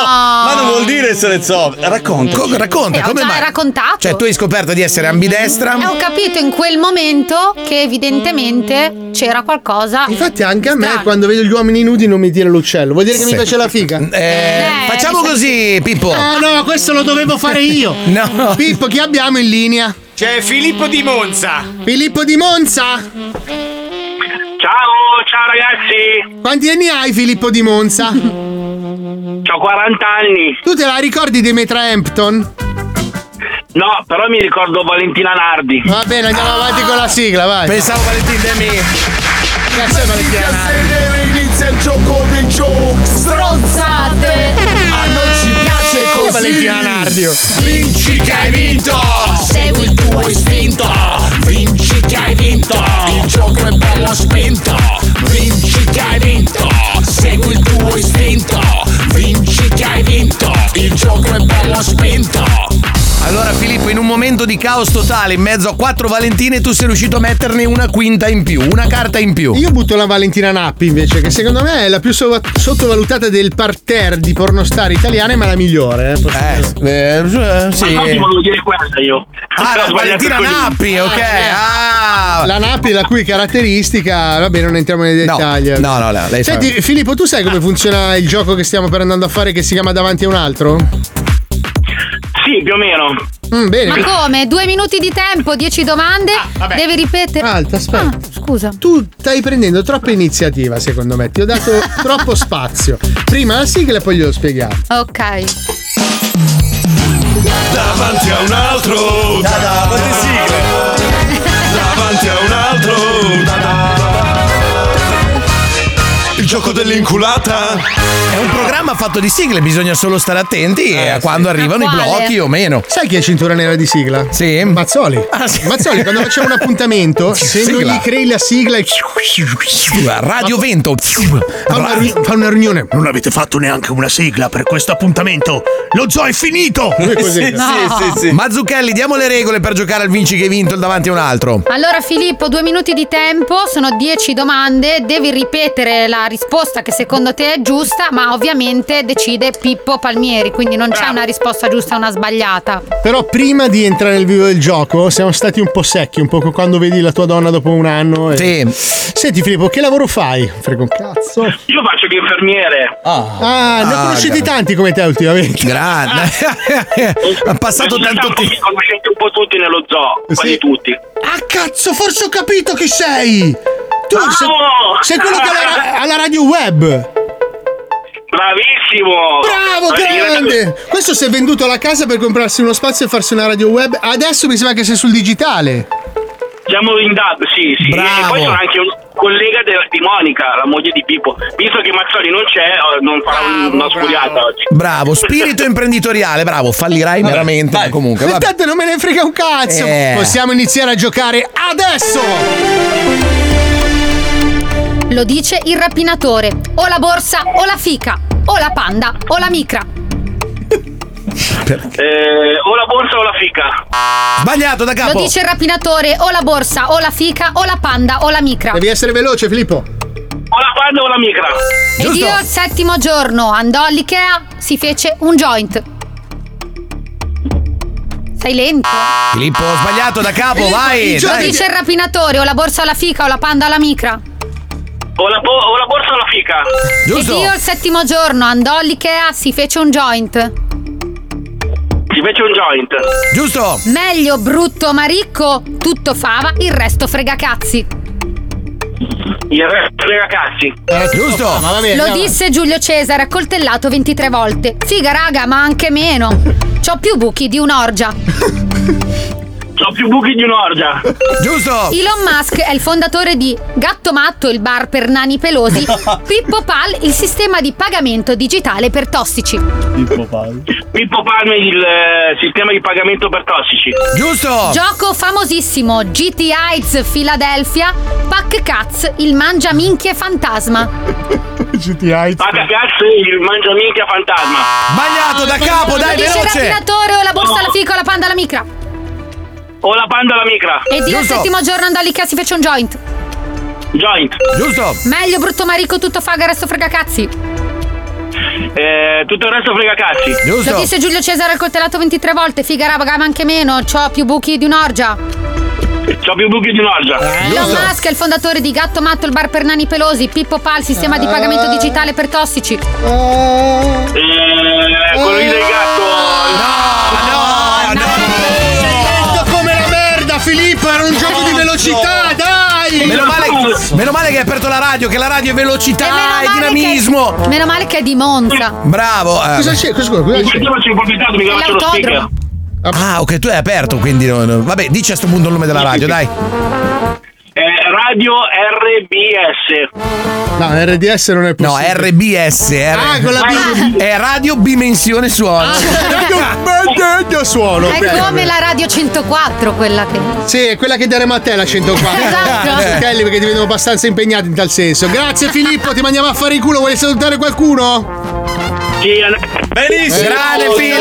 Ma non vuol dire essere zocco. Racconta. Co- racconta, Eh, ho come già mai? raccontato. Cioè, tu hai scoperto di essere ambidestra? E ho capito in quel momento che evidentemente c'era qualcosa. Infatti anche a me strano. quando vedo gli uomini nudi non mi tira l'uccello. Vuol dire che Sì. mi piace la figa? Eh, facciamo mi sa- così, Pippo. Ah no, questo lo dovevo fare io. No. Pippo, chi abbiamo in linea? C'è Filippo di Monza. Filippo di Monza? Ciao, ciao ragazzi. Quanti anni hai Filippo di Monza? Ho quaranta anni. Tu te la ricordi di Demetra Hampton? No, però mi ricordo Valentina Nardi. Va bene, andiamo avanti con la sigla, vai. Pensavo Valentin De Mia. Cazzo è Valentina Nardi? Inizia il gioco dei giochi. Stronzate! A noi ci piace Chi è così. Valentina Nardi? Vinci che hai vinto. Segui il tuo istinto. Vinci che hai vinto. Il gioco è bello spinto. Vinci che hai vinto. Segui il tuo istinto. Vinci che hai vinto. Il gioco è bello spinto. Allora Filippo, in un momento di caos totale, in mezzo a quattro Valentine, tu sei riuscito a metterne una quinta in più, una carta in più. Io butto la Valentina Nappi invece, che secondo me è la più so- sottovalutata del parterre di pornostar italiane, ma la migliore. Eh, posso dirlo. Eh, eh, sì. Infatti volevo dire questa io. Ah, la Valentina Nappi, ok. Ah. La Nappi, la cui caratteristica, vabbè, non entriamo nei No, dettagli. no, no, no, lei sa- Senti, Filippo, tu sai come funziona il gioco che stiamo per andando a fare che si chiama Davanti a un altro? Sì, più o meno. Mm, bene. Ma come? Due minuti di tempo, dieci domande. Devi ripetere. Alta, aspetta. Ah, scusa. Tu stai prendendo troppa iniziativa, secondo me. Ti ho dato troppo spazio. Prima la sigla e poi glielo spieghiamo. Ok. Davanti a un altro. Da da, quante sigle. Davanti a un altro. Da da. Il gioco dell'inculata. È un programma fatto di sigle, bisogna solo stare attenti a quando arrivano i quale? blocchi o meno. Sai chi è cintura nera di sigla? Sì. Mazzoli. Ah, sì. Mazzoli, quando facciamo un appuntamento, se non Sigla. gli crei la sigla e... Radio Vento. Fa una, ri- fa una riunione. Non avete fatto neanche una sigla per questo appuntamento. Lo zoo è finito. Così. No. Sì, sì. Mazzucchelli, diamo le regole per giocare al vinci che hai vinto il davanti a un altro. Allora Filippo, due minuti di tempo, sono dieci domande, devi ripetere la risposta che secondo te è giusta, ma ovviamente decide Pippo Palmieri, quindi non c'è una risposta giusta e una sbagliata. Però prima di entrare nel vivo del gioco siamo stati un po' secchi, un po' quando vedi la tua donna dopo un anno. E... Sì. Senti Filippo, che lavoro fai? Frega un cazzo. Io faccio l'infermiere. Ah, ne Ah, conoscete gra- tanti come te ultimamente. Grande. Ha passato tanto tempo. Mi conoscete un po' tutti nello zoo, Sì. quasi tutti. Ah cazzo, forse ho capito chi sei. Tu sei, Bravo! sei quello che ha la, ha la radio web. Bravissimo, tantissimo. Bravo, grande! Questo si è venduto la casa per comprarsi uno spazio e farsi una radio web. Adesso mi sembra che sei sul digitale. Siamo in D A B, sì, sì. Bravo. E poi sono anche un collega de- di Monica, la moglie di Pippo. Visto che Mazzoli non c'è, non farà un- una sfuriata oggi. Bravo, spirito imprenditoriale, bravo, fallirai veramente. Ma comunque, vabbè. Aspetta, non me ne frega un cazzo. Eh. Possiamo iniziare a giocare adesso. Lo dice il rapinatore. O la borsa o la fica. O la panda o la micra. Eh, o la borsa o la fica. Sbagliato da capo. Lo dice il rapinatore. O la borsa o la fica o la panda o la micra. Devi essere veloce, Filippo. O la panda o la micra. Ed io il settimo giorno andò all'Ikea, si fece un joint. Sei lento? Filippo, ho sbagliato da capo, vai. Lo dai. dice il rapinatore. O la borsa o la fica o la panda o la micra. O la, bo- o la borsa o la fica. Ed io il settimo giorno andò all'Ikea, si fece un joint. Si fece un joint. Giusto. Meglio brutto ma ricco, tutto fava, il resto frega cazzi. Il resto frega cazzi. Giusto. Lo disse Giulio Cesare, accoltellato ventitré volte. Figa raga, ma anche meno. C'ho più buchi di un'orgia. C'ho più buchi di un'orgia. Giusto. Elon Musk è il fondatore di Gatto Matto, il bar per nani pelosi. Pippo Pal, il sistema di pagamento digitale per tossici. Pippo Palm. Pippo Palm, il eh, sistema di pagamento per tossici. Giusto. Gioco famosissimo, G T Heights Philadelphia, Pac Cats, il mangiaminchie fantasma. G T I. Paga cazzo, il mangiaminchia fantasma. Sbagliato da capo, dai, Lo dice il veloce. rapinatore o la borsa la fica o la panda la micra. O la panda o la micra. Ed io il settimo giorno andò all'Ikea, si fece un joint. Joint. Giusto. Meglio brutto ma ricco, tutto faga, resto frega cazzi. Eh, tutto il resto frega cazzi. Lo disse Giulio Cesare, accoltellato ventitré volte. Figa raga, ma anche meno. C'ho più buchi di un'orgia. C'ho più buchi di un'orgia. Elon Musk è il fondatore di Gatto Matto, il bar per nani pelosi. Pippo Pal, sistema di pagamento digitale per tossici. Eh, quello lì del gatto. No, no, no. Come la merda, Filippo, era un gioco di velocità, dai! Meno male, meno male che hai aperto la radio, che la radio è velocità e, dinamismo. Che, meno male che è di Monza. Bravo. Eh. Cosa c'è? Cosa, cosa c'è? È l'autodromo. Ah, ok, tu hai aperto, quindi no, no. Vabbè, dici a sto punto il nome della radio, dai. Eh, radio R B S. No, R D S non è No, possibile. R B S. R- Ah, con la B. È radio bimensione suono. Radio suono. È ok. come la radio centoquattro, quella che. Sì, è quella che daremo a te la centoquattro. Esatto. Kelly, perché ti vedono abbastanza impegnati in tal senso. Grazie Filippo, ti mandiamo a fare in culo. Vuoi salutare qualcuno? Sì, benissimo. Grande Fili,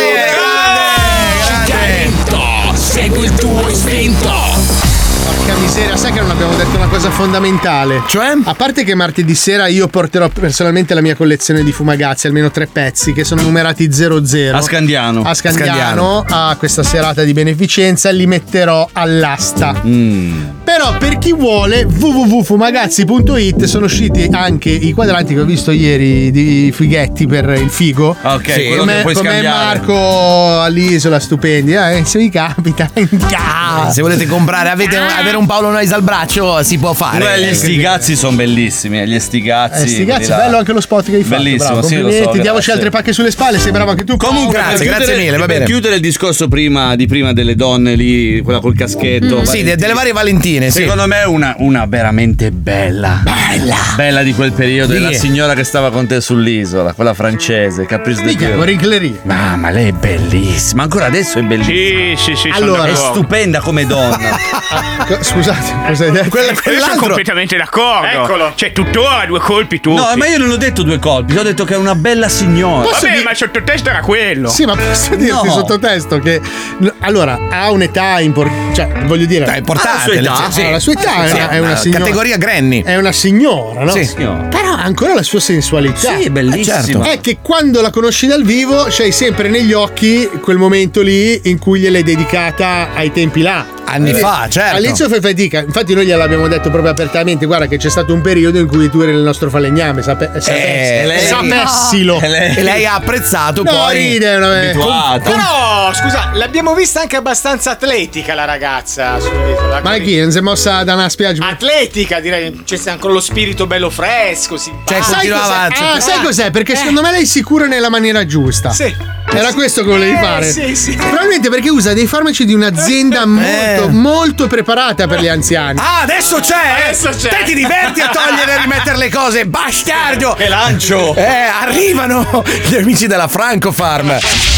grande. Segui il tuo istinto. Porca miseria, sai che non abbiamo detto una cosa fondamentale? Cioè? A parte che martedì sera io porterò personalmente la mia collezione di fumagazzi, almeno tre pezzi che sono numerati zero zero A Scandiano. A Scandiano, a questa serata di beneficenza, li metterò all'asta. Mm. Però per chi vuole, w w w punto fumagazzi punto it, sono usciti anche i quadranti che ho visto ieri di fighetti per il figo. Ok, Sì, quello che Come, puoi come scambiare. Marco all'isola, stupendi, eh? Se mi capita. Se volete comprare, avete, avere un Paolo Noyes al braccio, si può fare. Beh, gli stigazzi sono bellissimi, eh, gli stigazzi. Eh, sti cazzi, quelli là. bello anche lo spot che hai fatto. Bellissimo, bravo, sì, lo so, complimenti, diamoci grazie. altre pacche sulle spalle, sei bravo anche tu. Comunque, Grazie, per grazie chiudere- mille, va per bene. chiudere il discorso prima, di prima delle donne lì, quella col caschetto. Mm. Sì, de- delle varie Valentine, sì. Secondo me una, una veramente bella. Bella. Bella di quel periodo. È Chi la è? signora che stava con te sull'isola, quella francese, Caprice de Mica, Dieu. con Rinclerie. Ma, ma lei è bellissima, ancora adesso è bellissima. Sì, sì, sì. Allora, È stupenda come donna. Scusate, cosa hai detto? Quella- Io sono quell'altro. completamente d'accordo. Eccolo. Cioè, tuttora due colpi tutti. No, ma io non ho detto due colpi, ho detto che è una bella signora. Posso Vabbè, dire- ma il sottotesto era quello. Sì, ma posso dirti No. sottotesto che n- allora ha un'età importante, cioè voglio dire, Dai, importante. Ah, la sua età? sì. Ah, la sua età è Sì, una- è una signora. Categoria Granny. è una signora, no? Sì. Signora. Però ha ancora la sua sensualità. Sì, è bellissima. Eh, certo. È che quando la conosci dal vivo c'hai sempre negli occhi quel momento lì in cui gliel'hai dedicata ai tempi là. Anni Quindi, fa, certo. All'inizio fai fatica, infatti noi gliel'abbiamo detto proprio apertamente, guarda che c'è stato un periodo in cui tu eri il nostro falegname, sape- sape- Eh, lei- sapessilo. E lei, e lei ha apprezzato No, poi. ride, no, eh. abituato. Però, scusa, l'abbiamo vista anche abbastanza atletica la ragazza sull'isola. Ma chi? Non si è mossa da una spiaggia? Atletica, direi. C'è ancora lo spirito bello fresco, simpatico. sai cos'è? Ah, sai cos'è? Perché Eh. secondo me lei è sicura nella maniera giusta. Sì. Era questo che volevi Eh, fare? sì, sì. Probabilmente perché usa dei farmaci di un'azienda molto, molto preparata per gli anziani. Ah, adesso c'è! Adesso c'è. Te ti diverti a togliere e rimettere le cose, bastardo! Che lancio! Eh, arrivano gli amici della Francofarm.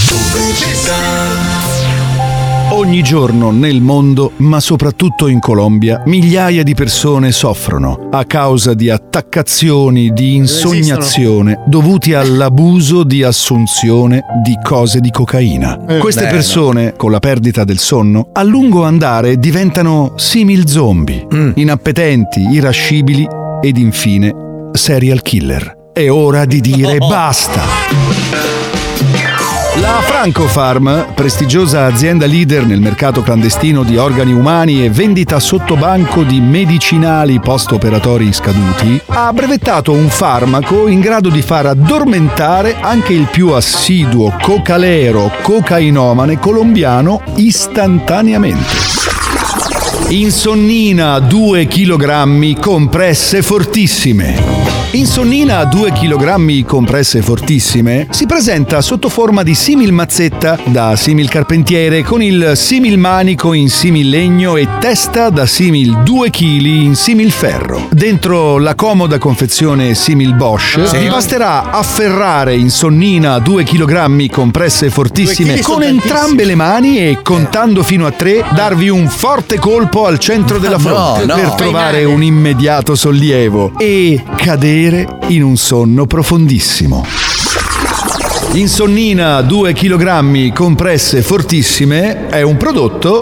Ogni giorno nel mondo, ma soprattutto in Colombia, migliaia di persone soffrono a causa di attaccazioni di insonnazione dovuti all'abuso di assunzione di cose di cocaina. Eh, Queste bello. persone, con la perdita del sonno, a lungo andare diventano simil zombie, inappetenti, irascibili ed infine serial killer. È ora di dire basta! La Francofarm, prestigiosa azienda leader nel mercato clandestino di organi umani e vendita sotto banco di medicinali post-operatori scaduti, ha brevettato un farmaco in grado di far addormentare anche il più assiduo cocalero cocainomane colombiano istantaneamente. Insonnina due chilogrammi compresse fortissime. Insonnina due chilogrammi compresse fortissime si presenta sotto forma di simil mazzetta da simil carpentiere con il simil manico in simil legno e testa da simil due chili in simil ferro. Dentro la comoda confezione simil Bosch Sì. vi basterà afferrare Insonnina due chilogrammi compresse fortissime Due chili con sono entrambe le mani e contando fino a tre darvi un forte colpo al centro della fronte no, per no. trovare un immediato sollievo e cadere in un sonno profondissimo. Insonnina due chilogrammi compresse fortissime è un prodotto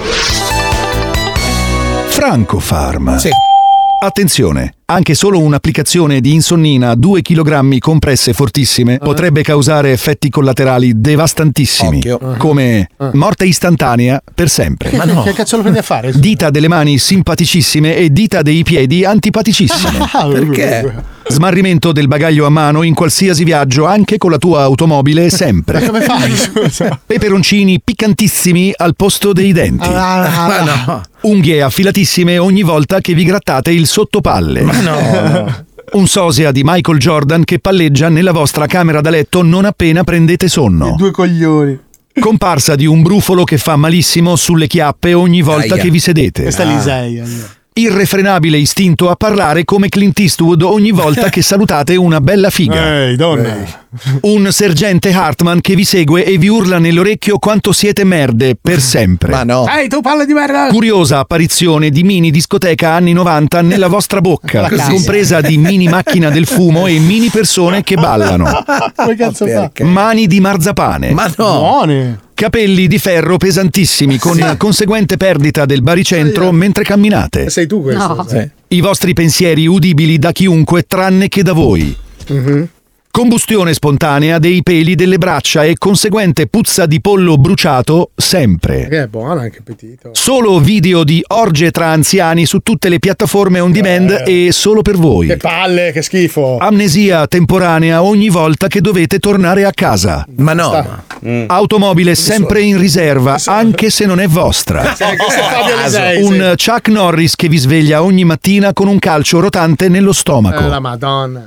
Francofarm. Sì. Attenzione, anche solo un'applicazione di Insonnina due chilogrammi compresse fortissime potrebbe causare effetti collaterali devastantissimi, Occhio. come morte istantanea per sempre. Ma no. Che cazzo lo prendi a fare? Dita delle mani simpaticissime e dita dei piedi antipaticissime. Perché? Smarrimento del bagaglio a mano in qualsiasi viaggio, anche con la tua automobile, sempre. Ma come fai? Scusa. Peperoncini piccantissimi al posto dei denti. Ma no. Unghie affilatissime ogni volta che vi grattate il sottopalle. Ma no. Un sosia di Michael Jordan che palleggia nella vostra camera da letto non appena prendete sonno. Due coglioni. Comparsa di un brufolo che fa malissimo sulle chiappe ogni volta Aia. che vi sedete. Questa lì sei. Irrefrenabile istinto a parlare come Clint Eastwood ogni volta che salutate una bella figa. Ehi, donna. Un sergente Hartman che vi segue e vi urla nell'orecchio quanto siete merde per sempre. Ma no. Ehi, tu parla di merda. Curiosa apparizione di mini discoteca anni novanta nella vostra bocca, Così. compresa di mini macchina del fumo e mini persone che ballano. Come cazzo fa? Mani di marzapane. Ma no. Buone. Capelli di ferro pesantissimi con conseguente perdita del baricentro mentre camminate. Sei tu questo? No. Sì. I vostri pensieri udibili da chiunque tranne che da voi. Mhm. Combustione spontanea dei peli delle braccia e conseguente puzza di pollo bruciato sempre. Che è buono, anche appetito. Solo video di orge tra anziani su tutte le piattaforme on demand e solo per voi. Che palle, che schifo. Amnesia temporanea ogni volta che dovete tornare a casa. Ma no. Automobile sempre in riserva, anche se non è vostra. Sai, questo è Fabio Lisei, Un Chuck Norris che vi sveglia ogni mattina con un calcio rotante nello sì. stomaco. Eh, la madonna.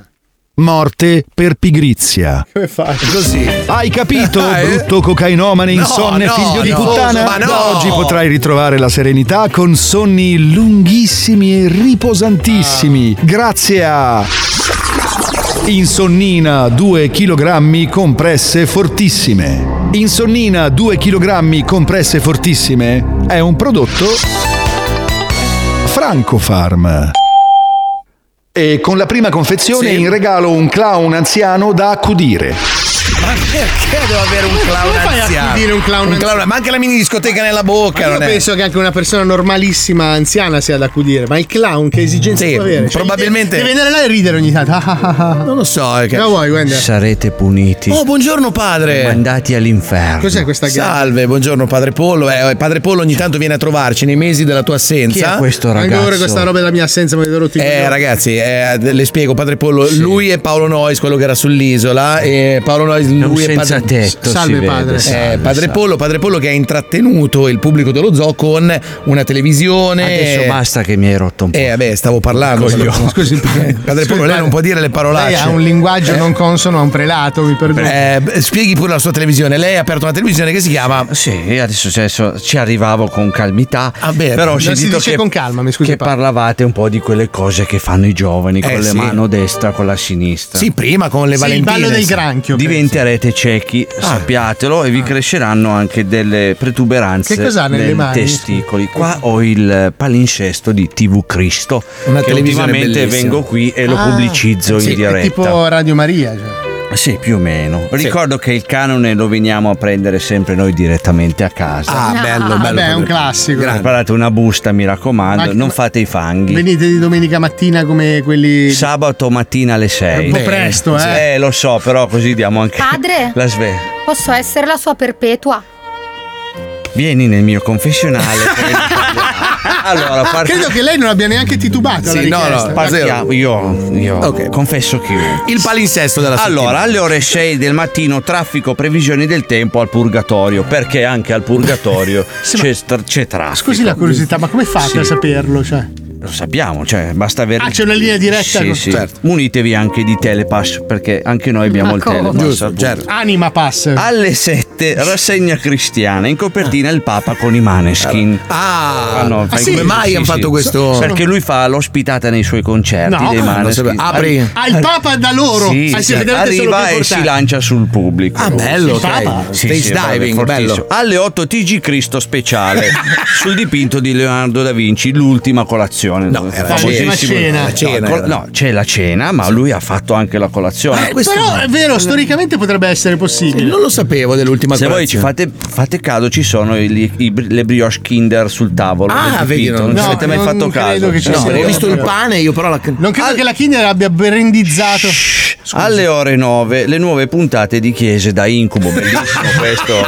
Morte per pigrizia. Come fai? Così. Hai capito, Ah, eh? brutto cocainomane No, insonne no, figlio di no, puttana? ma no. Da oggi potrai ritrovare la serenità con sonni lunghissimi e riposantissimi. Grazie a Insonnina due chilogrammi compresse fortissime. Insonnina due chilogrammi compresse fortissime è un prodotto Francofarm. E con la prima confezione Sì. in regalo un clown anziano da accudire. Ma perché devo avere un clown Come fai a anziano? accudire un clown anziano? Ma anche la mini discoteca nella bocca. Ma io non è. penso che anche una persona normalissima anziana sia da accudire, ma il clown che esigenze Sì, può avere? Cioè, probabilmente- deve andare là e ridere ogni tanto. Non lo so. È che... Cosa vuoi, Wender? Sarete puniti. Oh, buongiorno padre. Mandati all'inferno. Cos'è questa gara? Salve, buongiorno padre Pollo. Eh, padre Pollo ogni tanto viene a trovarci nei mesi della tua assenza. Chi è questo Anche ragazzo? ora questa roba della mia assenza mi avete rotto i Eh coglioni. ragazzi, eh, le spiego padre Pollo, lui è Paolo Nois, quello che era sull'isola, e Paolo Nois, un lui è senza padre tetto, Salve, si vede, padre. salve, Eh, padre salve. Pollo, padre Pollo che ha intrattenuto il pubblico dello zoo con una televisione. Adesso basta che mi hai rotto un po'. Eh vabbè, stavo parlando. Scusi, Eh, padre Pollo, lei non può dire le parolacce. Lei ha un linguaggio non consono a un prelato, mi perdoni. Eh, beh, spieghi pure la sua televisione. Lei ha aperto una televisione che si chiama. Sì, adesso, adesso ci arrivavo con calmità. Ah, beh, però ho non si sentito dice che, con calma, mi scusi. che padre. parlavate un po' di quelle cose che fanno i giovani con Eh, le sì. mano destra, con la sinistra. Sì, prima con le Sì, il Valentine. ballo del sì. granchio. Diventerete ciechi, sappiatelo, e vi cresceranno anche delle protuberanze Che cos'ha nelle nei mani? testicoli. Qua ho il palinsesto di T V Cristo, Una che televisione ultimamente bellissima. vengo qui e lo Ah, pubblicizzo sì, in diretta. è tipo Radio Maria. Cioè. Sì, più o meno. Ricordo che il canone lo veniamo a prendere sempre noi direttamente a casa. Ah, bello, bello. Vabbè, è un padre. classico. Preparate una busta, mi raccomando, Ma- non fate i fanghi. Venite di domenica mattina come quelli. Sabato mattina alle sei. È un po' presto, eh. Eh, lo so, però così diamo anche Padre? la sveglia. Posso essere la sua perpetua? Vieni nel mio confessionale. poi ne parliamo. Allora, parti- Credo che lei non abbia neanche titubato. alla Sì, no, richiesta. no, partiamo. Io, io Ok. confesso chiunque. Il palinsesto della Allora, alle ore sei del mattino, traffico, previsioni del tempo al purgatorio, perché anche al purgatorio Sì, c'è, c'è traffico. Scusi la curiosità, ma come fate Sì. a saperlo? Cioè? Lo sappiamo, cioè basta avere. Ah, c'è una linea diretta? Sì, con- sì. Certo. Munitevi anche di Telepass, perché anche noi abbiamo Ma il come? Telepass. Giusto, appunto. certo. Anima pass. Alle sette, rassegna cristiana, in copertina il Papa con i Maneskin. Ah, Ah, no, ah, fai- sì, come mai sì, hanno sì. fatto questo? Perché lui fa l'ospitata nei suoi concerti No, dei non Maneskin. sapevo. Apri. Ah, il Papa da loro. Sì, Ah, sì, sì, vedete solo arriva più e portati. si lancia sul pubblico. Ah, bello, ok. Papa. Sì, Stage sì, vabbè, diving, fortissimo. bello. Alle otto T G Cristo speciale sul dipinto di Leonardo da Vinci, l'ultima colazione. No, era la Famosissima Famosissimo. cena. La cena. No, no, c'è la cena, ma lui ha fatto anche la colazione. Eh, questo Però no. è vero, storicamente potrebbe essere possibile. Non lo sapevo dell'ultima Se voi ci colazione. fate, fate caso, ci sono i- i- le brioche Kinder sul tavolo. Ah, del vedi, dipinto. non- non ci no, avete mai non fatto credo caso. che ci No, sia. ho visto il pane, io però la. Non credo che la Kinder abbia brandizzato. Alle ore nove le nuove puntate di Chiese da Incubo. Bellissimo questo.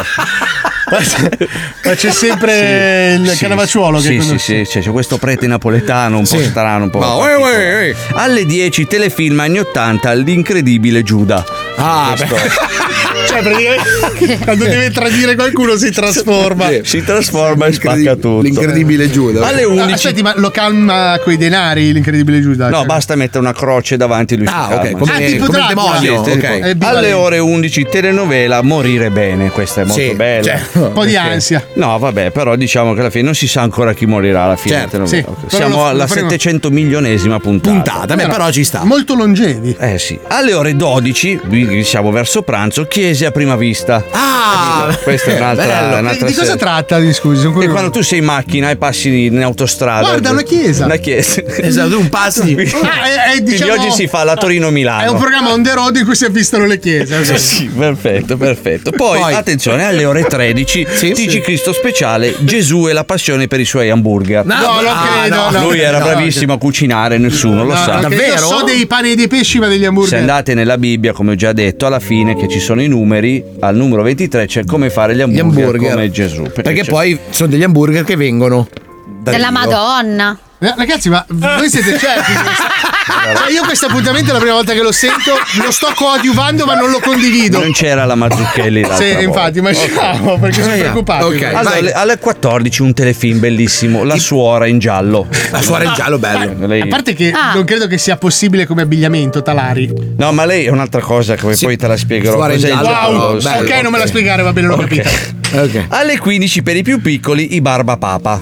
Ma c'è sempre il Sì, Cannavacciuolo che sì, sì, conosce. sì, c'è, c'è questo prete napoletano un po' Sì. strano, un po'. Ma, uè, uè, uè. Alle dieci telefilm anni ottanta, l'incredibile Giuda. Ah, Questo- Cioè, praticamente quando deve tradire qualcuno si trasforma. si trasforma e spacca tutto. L'incredibile Giuda. Alle Ah, undici. aspetti, ma lo calma coi denari l'incredibile Giuda? No, Cioè- basta mettere una croce davanti lui. Ah, si ok, calma. come, Ah, tipo come il Dracula. demonio. Sì, ok. tipo- È bivalente. Alle ore undici telenovela Morire bene, questa è molto Sì, bella. cioè, Un po' di Perché- ansia. No, vabbè, però diciamo che alla fine non si sa ancora chi morirà alla fine. Certo, della sì, telenovela. però Siamo lo- alla lo faremo- settecento milionesima puntata. Puntata, beh, però ci sta. Molto longevi. Eh sì. Alle ore dodici, qui siamo verso pranzo, Chiese a prima vista. Ah, Questa è un'altra, bello. un'altra Di cosa serie. tratta? Di scusi, sono E curioso. quando tu sei in macchina e passi in autostrada. Guarda, una chiesa. Una chiesa. Esatto, tu un passi. Ah, è, è, Quindi diciamo, oggi si fa la Torino-Milano. è un programma on the road in cui si avvistano le chiese. Sì, sì, perfetto, perfetto. Poi, Poi- attenzione, alle ore tredici, Sì, T G sì. Cristo speciale, Gesù e la passione per i suoi hamburger. No, non ah, credo. no. no. Lui era No, bravissimo a cucinare, nessuno lo no, sa. no, che Io so dei pani e dei pesci, ma degli Se hamburger. andate nella Bibbia, come ho già detto, alla fine che ci sono i numeri, al numero ventitré c'è come fare gli hamburger, Gli hamburger. come Gesù. Perché c'è- poi sono degli hamburger che vengono da Della Dio. Madonna. Eh, Ragazzi, ma voi siete certi? che questa- Cioè, io questo appuntamento è la prima volta che lo sento, lo sto coadiuvando, ma non lo condivido. Non c'era la Mazzucchelli l'altra Sì, volta. infatti, immaginavo perché sono preoccupato. Ok. Allora, Vai. alle- alle quattordici un telefilm bellissimo, La suora in giallo. La suora in giallo, bello. Lei- A parte che Ah. non credo che sia possibile come abbigliamento, Talari. No, ma lei è un'altra cosa che Sì. poi te la spiegherò. Suora in Cos'è il giallo. giallo? Wow, Sì, ok, non me la spiegare, va bene, l'ho Ok. capito. Ok. Alle quindici per i più piccoli i Barbapapa.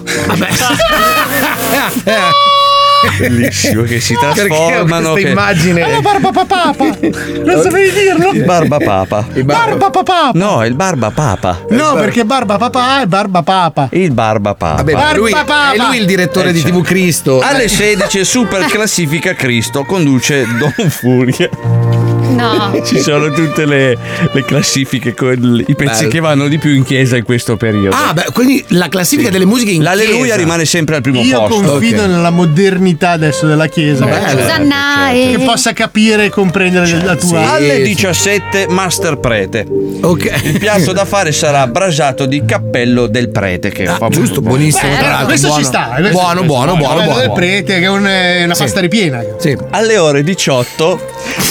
Bellissimo che si trasformano. questa che- immagine. Ah, barba papà. Non sapevi dirlo? Il Barbapapa. Barba papà. No, il Barbapapa. No, perché barba papà è barba papa. Il Barbapapa. Vabbè, ma lui, Barba è lui il direttore Eh, di cioè. T V Cristo. Alle sedici Super Classifica Cristo conduce Don Furia. No. Ci sono tutte le, le classifiche con i pezzi Bello. che vanno di più in chiesa in questo periodo. Ah, beh, quindi la classifica Sì. delle musiche in L'Alleluia chiesa rimane sempre al primo Io posto. confido Ok. nella modernità adesso della Chiesa. Bello. Osanna, Che eh. possa capire e comprendere la tua. Alle diciassette Master Prete. Ok. Il piatto da fare sarà brasato di cappello del prete. Che Ah, fa giusto, buonissimo. Eh, tra l'altro, questo buono. ci sta. eh, questo- Buono, buono, buono, Quello buono. del prete che è un- è una Sì. pasta ripiena. Sì. Alle ore diciotto.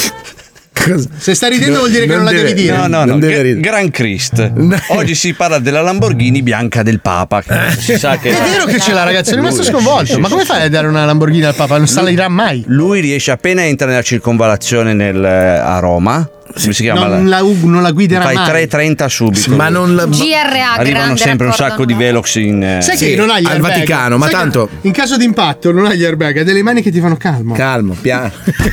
Se stai ridendo vuol dire che non la devi dire. No, no, no. Gra- Gran Christ. Oggi si parla della Lamborghini bianca del Papa. che Si sa che È vero che ce l'ha, ragazzi, sono rimasto sconvolto. Ma come fai a dare una Lamborghini al Papa? Non salirà mai. Lui riesce appena entra nella circonvallazione nel, a Roma. Come si chiama? Non la, non la guiderà Fai mai. tre e trenta subito. Ma non la- G R A, Arrivano grande sempre un raccordo. sacco di Velox in. eh, Sai Sì, che non ha gli al airbag? Vaticano, ma Sai che tanto- in caso di impatto non ha gli airbag, ha delle mani che ti fanno calmo. Calmo, piano.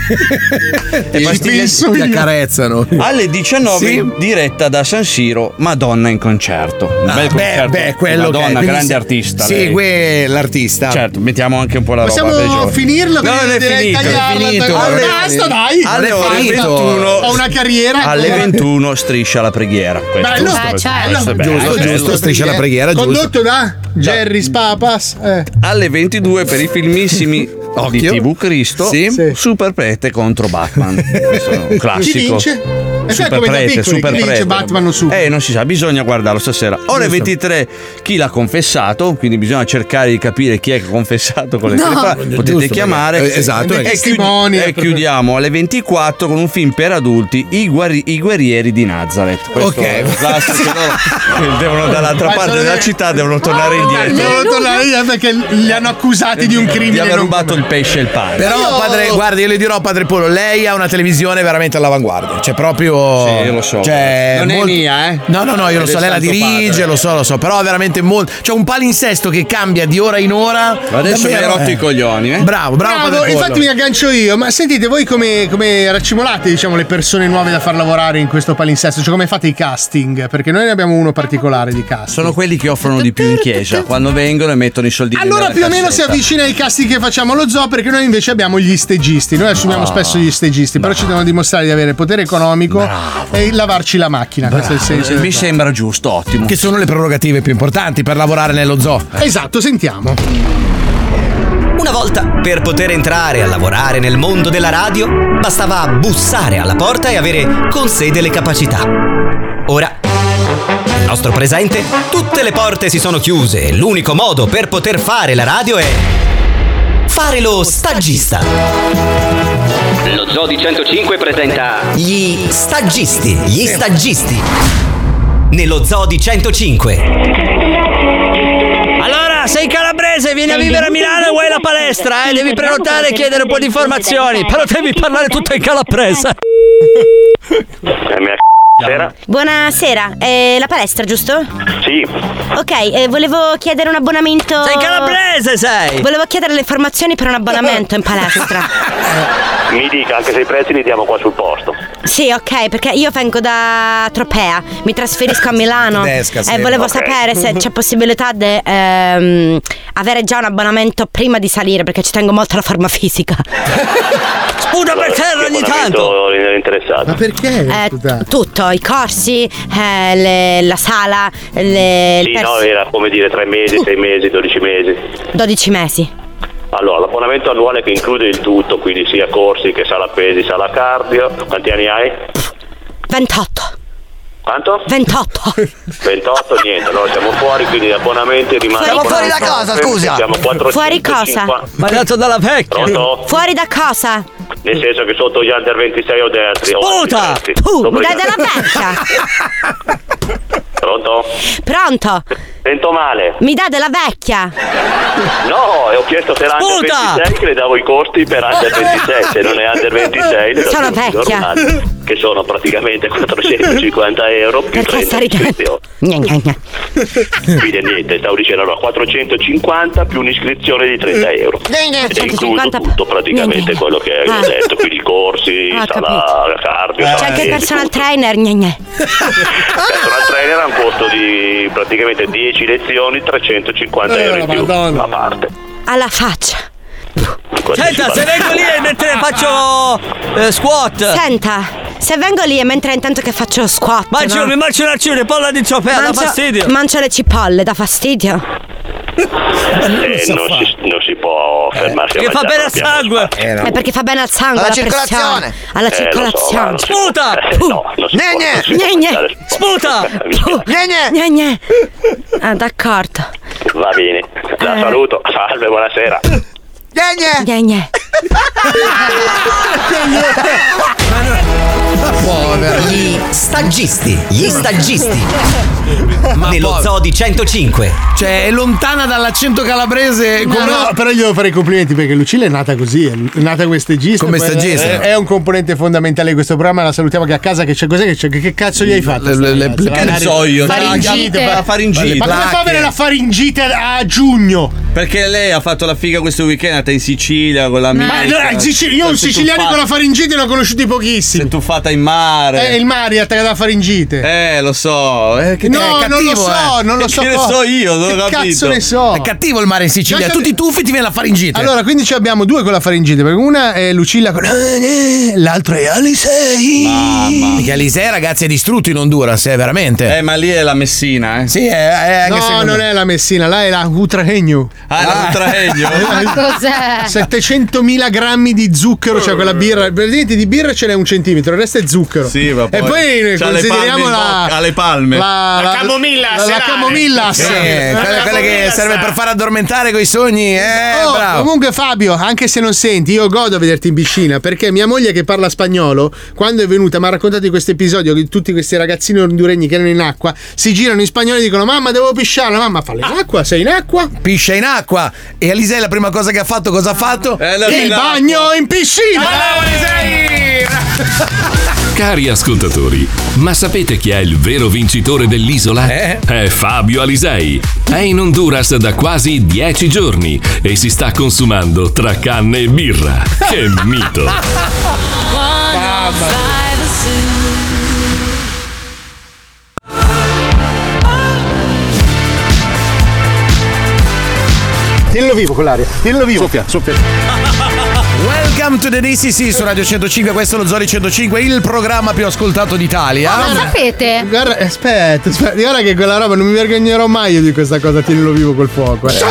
E Ci pastiglie- penso Ti io. accarezzano. Alle diciannove Sì. diretta da San Siro, Madonna in concerto. Un Ah, bel beh, concerto. beh, quello che Madonna, è, quindi grande se- artista. lei. Segue l'artista. Certo, mettiamo anche un po' la Possiamo roba per i giovani. finirlo? No, non è Direi finito. tagliarla, è finito. tagliarla. Alle- Basta, dai. alle Non è ore finita. ventuno. Ho una carriera. Alle ventuno striscia la preghiera. Questo, Bello. questo, Eh, questo, certo. questo è bello, Giusto, bello. giusto, striscia la preghiera, giusto. Condotto da Jerry Papas. Eh. Alle ventidue per i filmissimi di Occhio. T V Cristo, Sì. Sì. Super Prete contro Batman. Questo è un classico. Chi vince? E sai Super come da Prete, piccoli, Super chi vince Prete. Batman o Super? Eh, non si sa, bisogna guardarlo stasera. Ore Giusto. ventitré, chi l'ha confessato, quindi bisogna cercare di capire chi è che ha confessato con le No. telefoni. Potete Giusto, chiamare. perché- eh, esatto, E, eh. chiudi- Testimoni. e chiudiamo alle ventiquattro con un film per adulti, I, guari- I guerrieri di Nazareth. Questo Ok. è un classico, loro devono dall'altra Ma parte sono della le- città, devono tornare indietro. Devo tornare via perché li hanno accusati di un Di crimine. aver non- rubato il pesce e il pane. Però, Io- padre, guardi, io le dirò, padre Polo, lei ha una televisione veramente all'avanguardia. C'è proprio. Sì, lo so. Cioè, Non è molto- mia, eh. No, no, no, io È lo so, del lei la Santo dirige, Padre. lo so, lo so. Però veramente molto. C'è un palinsesto che cambia di ora in ora. Ma adesso mi hai Davvero, rotto eh. i coglioni, eh? Bravo, bravo, Bravo, padre Pollo. infatti mi aggancio io. Ma sentite, voi come, come raccimolate, diciamo, le persone nuove da far lavorare in questo palinsesto? Cioè, come fate i casting? Perché noi ne abbiamo uno particolare di casting. Sono quelli che offrono di più in chiesa. Quando vengono e mettono i soldini Allora nella più o meno si cassetta. avvicina ai casting che facciamo allo zoo, perché noi invece abbiamo gli stagisti. Noi assumiamo Ah. spesso gli stagisti, però ci devono dimostrare di avere potere economico e lavarci la macchina. Questo è il senso. Mi sembra giusto, ottimo. Che sono le prerogative più importanti per lavorare nello zoo. Esatto, sentiamo. Una volta, per poter entrare a lavorare nel mondo della radio, bastava bussare alla porta e avere con sé delle capacità. Ora, nel nostro presente, tutte le porte si sono chiuse e l'unico modo per poter fare la radio è fare lo stagista. Lo Zoo di centocinque presenta Gli stagisti, gli stagisti. Nello Zoo di centocinque. Allora, sei calabrese, vieni a vivere a Milano e vuoi la palestra, eh? Devi prenotare e chiedere un po' di informazioni, però devi parlare tutto in calabrese. Eh, mia sera? Buonasera, è la palestra, giusto? Sì. Ok, eh, volevo chiedere un abbonamento. Sei calabrese, sei! Volevo chiedere le informazioni per un abbonamento in palestra. Mi dica, anche se i prezzi li diamo qua sul posto. Sì, ok, perché io vengo da Tropea, mi trasferisco a Milano Tedesca, sì. e volevo Ok. sapere se c'è possibilità di ehm, avere già un abbonamento prima di salire, perché ci tengo molto alla forma fisica. Sputa per terra ogni tanto! Sono interessato. Ma perché? Eh, tutto, i corsi, eh, le- la sala, le, il Sì, pers- no, era come dire tre mesi, sei mesi, dodici mesi. dodici mesi. Allora, l'abbonamento annuale che include il tutto, quindi sia corsi che sala pesi, sala cardio. Quanti anni hai? ventotto. Quanto? ventotto. ventotto, niente, allora siamo fuori, quindi l'abbonamento rimane. Siamo fuori da cosa, scusa? Siamo Fuori cosa? Ma dato dalla vecchia. Pronto? Fuori da cosa? Nel senso che sotto gli under ventisei o destri. Sputa! Tu, mi dai della vecchia! Pronto? Pronto? Sento male. Mi dà della vecchia! No, e ho chiesto per under Sputa! ventisei che le davo i costi per under ventisei. Se non è under ventisei, le do Sono i costi vecchia. normali, che sono praticamente quattrocentocinquanta euro più Perché trenta sta ridendo? iscrizioni. Gna, gna, gna. Quindi niente, stavo dicendo allora quattrocentocinquanta più un'iscrizione di trenta euro. Gna, gna, Ed è incluso centocinquanta tutto praticamente Gna, gna. quello che ho Ah. detto, quindi corsi, Ah, sala cardio, C'è sala anche il pesi, personal trainer, gna, gna. personal trainer ha un costo di praticamente dieci lezioni, trecentocinquanta Eh, euro in più a parte. Alla faccia. Questo si Senta, fa- se vengo lì e mentre faccio eh, squat. Senta, Se vengo lì e mentre intanto che faccio lo squat. Mangio, no? mi mangio una cipolla, polla di ciopella, da Mangio- fastidio. Mangio le cipolle, da fastidio. Eh, non, si, non si può fermarsi a Che fa mangiare, bene al abbiamo sangue. È perché fa bene al sangue, Alla alla, circolazione. pressione, alla Eh, lo so, circolazione. ma non si può- Sputa! Eh, no, non si può- non si può Gne, mangiare Sputa! Gne, gne. Gne. Ah, d'accordo. Va bene, la Eh. saluto. Salve, buonasera. Gne, gne. Gli stagisti, gli stagisti. Nello zoo di centocinque. Cioè, è lontana dall'accento calabrese. No, come- no, però gli devo fare i complimenti perché Lucilla è nata così, è nata come stagista. Come poi stagista. È, è un componente fondamentale di questo programma. La salutiamo che a casa che c'è cos'è che c'è. Che, che cazzo gli hai fatto? Le- le- le- Sta che ne ragazza? so io? Faringite. La faringite. Ma come fa avere la faringite a, a giugno? Perché lei ha fatto la figa questo weekend, è andata in Sicilia con l'amica. Ma allora, in Sicilia- io un Si è siciliano tuffata- con la faringite ne ho conosciuti pochissimi. Si è tuffata in mare. Eh, il mare è attaccata alla faringite. Eh, lo so. Eh, che No, è non lo cattivo, so, eh. non lo so. Che ne co- so io, non che ho capito. cazzo ne so? È cattivo il mare in Sicilia. Già Tu capi- ti tuffi ti viene la faringite. Allora, quindi ci abbiamo due con la faringite, perché una è Lucilla con l'altro è Alisei. Mamma. Perché Alisei, ragazzi, è distrutto in Honduras, è veramente. Eh, ma lì è la Messina, eh. Sì, è, è anche No, secondo non me. è la Messina, là è la Utraegno. Ah, è la Utraegno. Ma cos'è? settecentomila grammi di zucchero, cioè quella birra. Praticamente di birra ce n'è un centimetro, il resto è zucchero. Sì, ma poi e poi c'ha le consideriamo palme in la. bocca, ha le palme. La, La camomilla La, la serale. camomilla, Sì, sì. quella, quella che serve per far addormentare coi sogni, eh, Oh, bravo. comunque Fabio, anche se non senti, io godo a vederti in piscina perché mia moglie che parla spagnolo, quando è venuta mi ha raccontato di questo episodio che tutti questi ragazzini honduregni che erano in acqua si girano in spagnolo e dicono mamma devo pisciare, mamma fallo in acqua, sei in acqua? Piscia in acqua. E Alisei la prima cosa che ha fatto, cosa ha fatto? Eh, la Il in acqua. bagno in piscina! Cari ascoltatori, ma sapete chi è il vero vincitore dell'isola? Eh? È Fabio Alisei. È in Honduras da quasi dieci giorni e si sta consumando tra canne e birra. Che mito! Tienilo vivo con l'aria, tienilo vivo. Soffia, soffia. Welcome to the D C C su Radio centocinque, questo è lo Zori centocinque, il programma più ascoltato d'Italia. Ma lo sapete? Guarda, aspetta, aspetta, guarda che quella roba non mi vergognerò mai io di questa cosa, tienilo vivo col fuoco. Eh.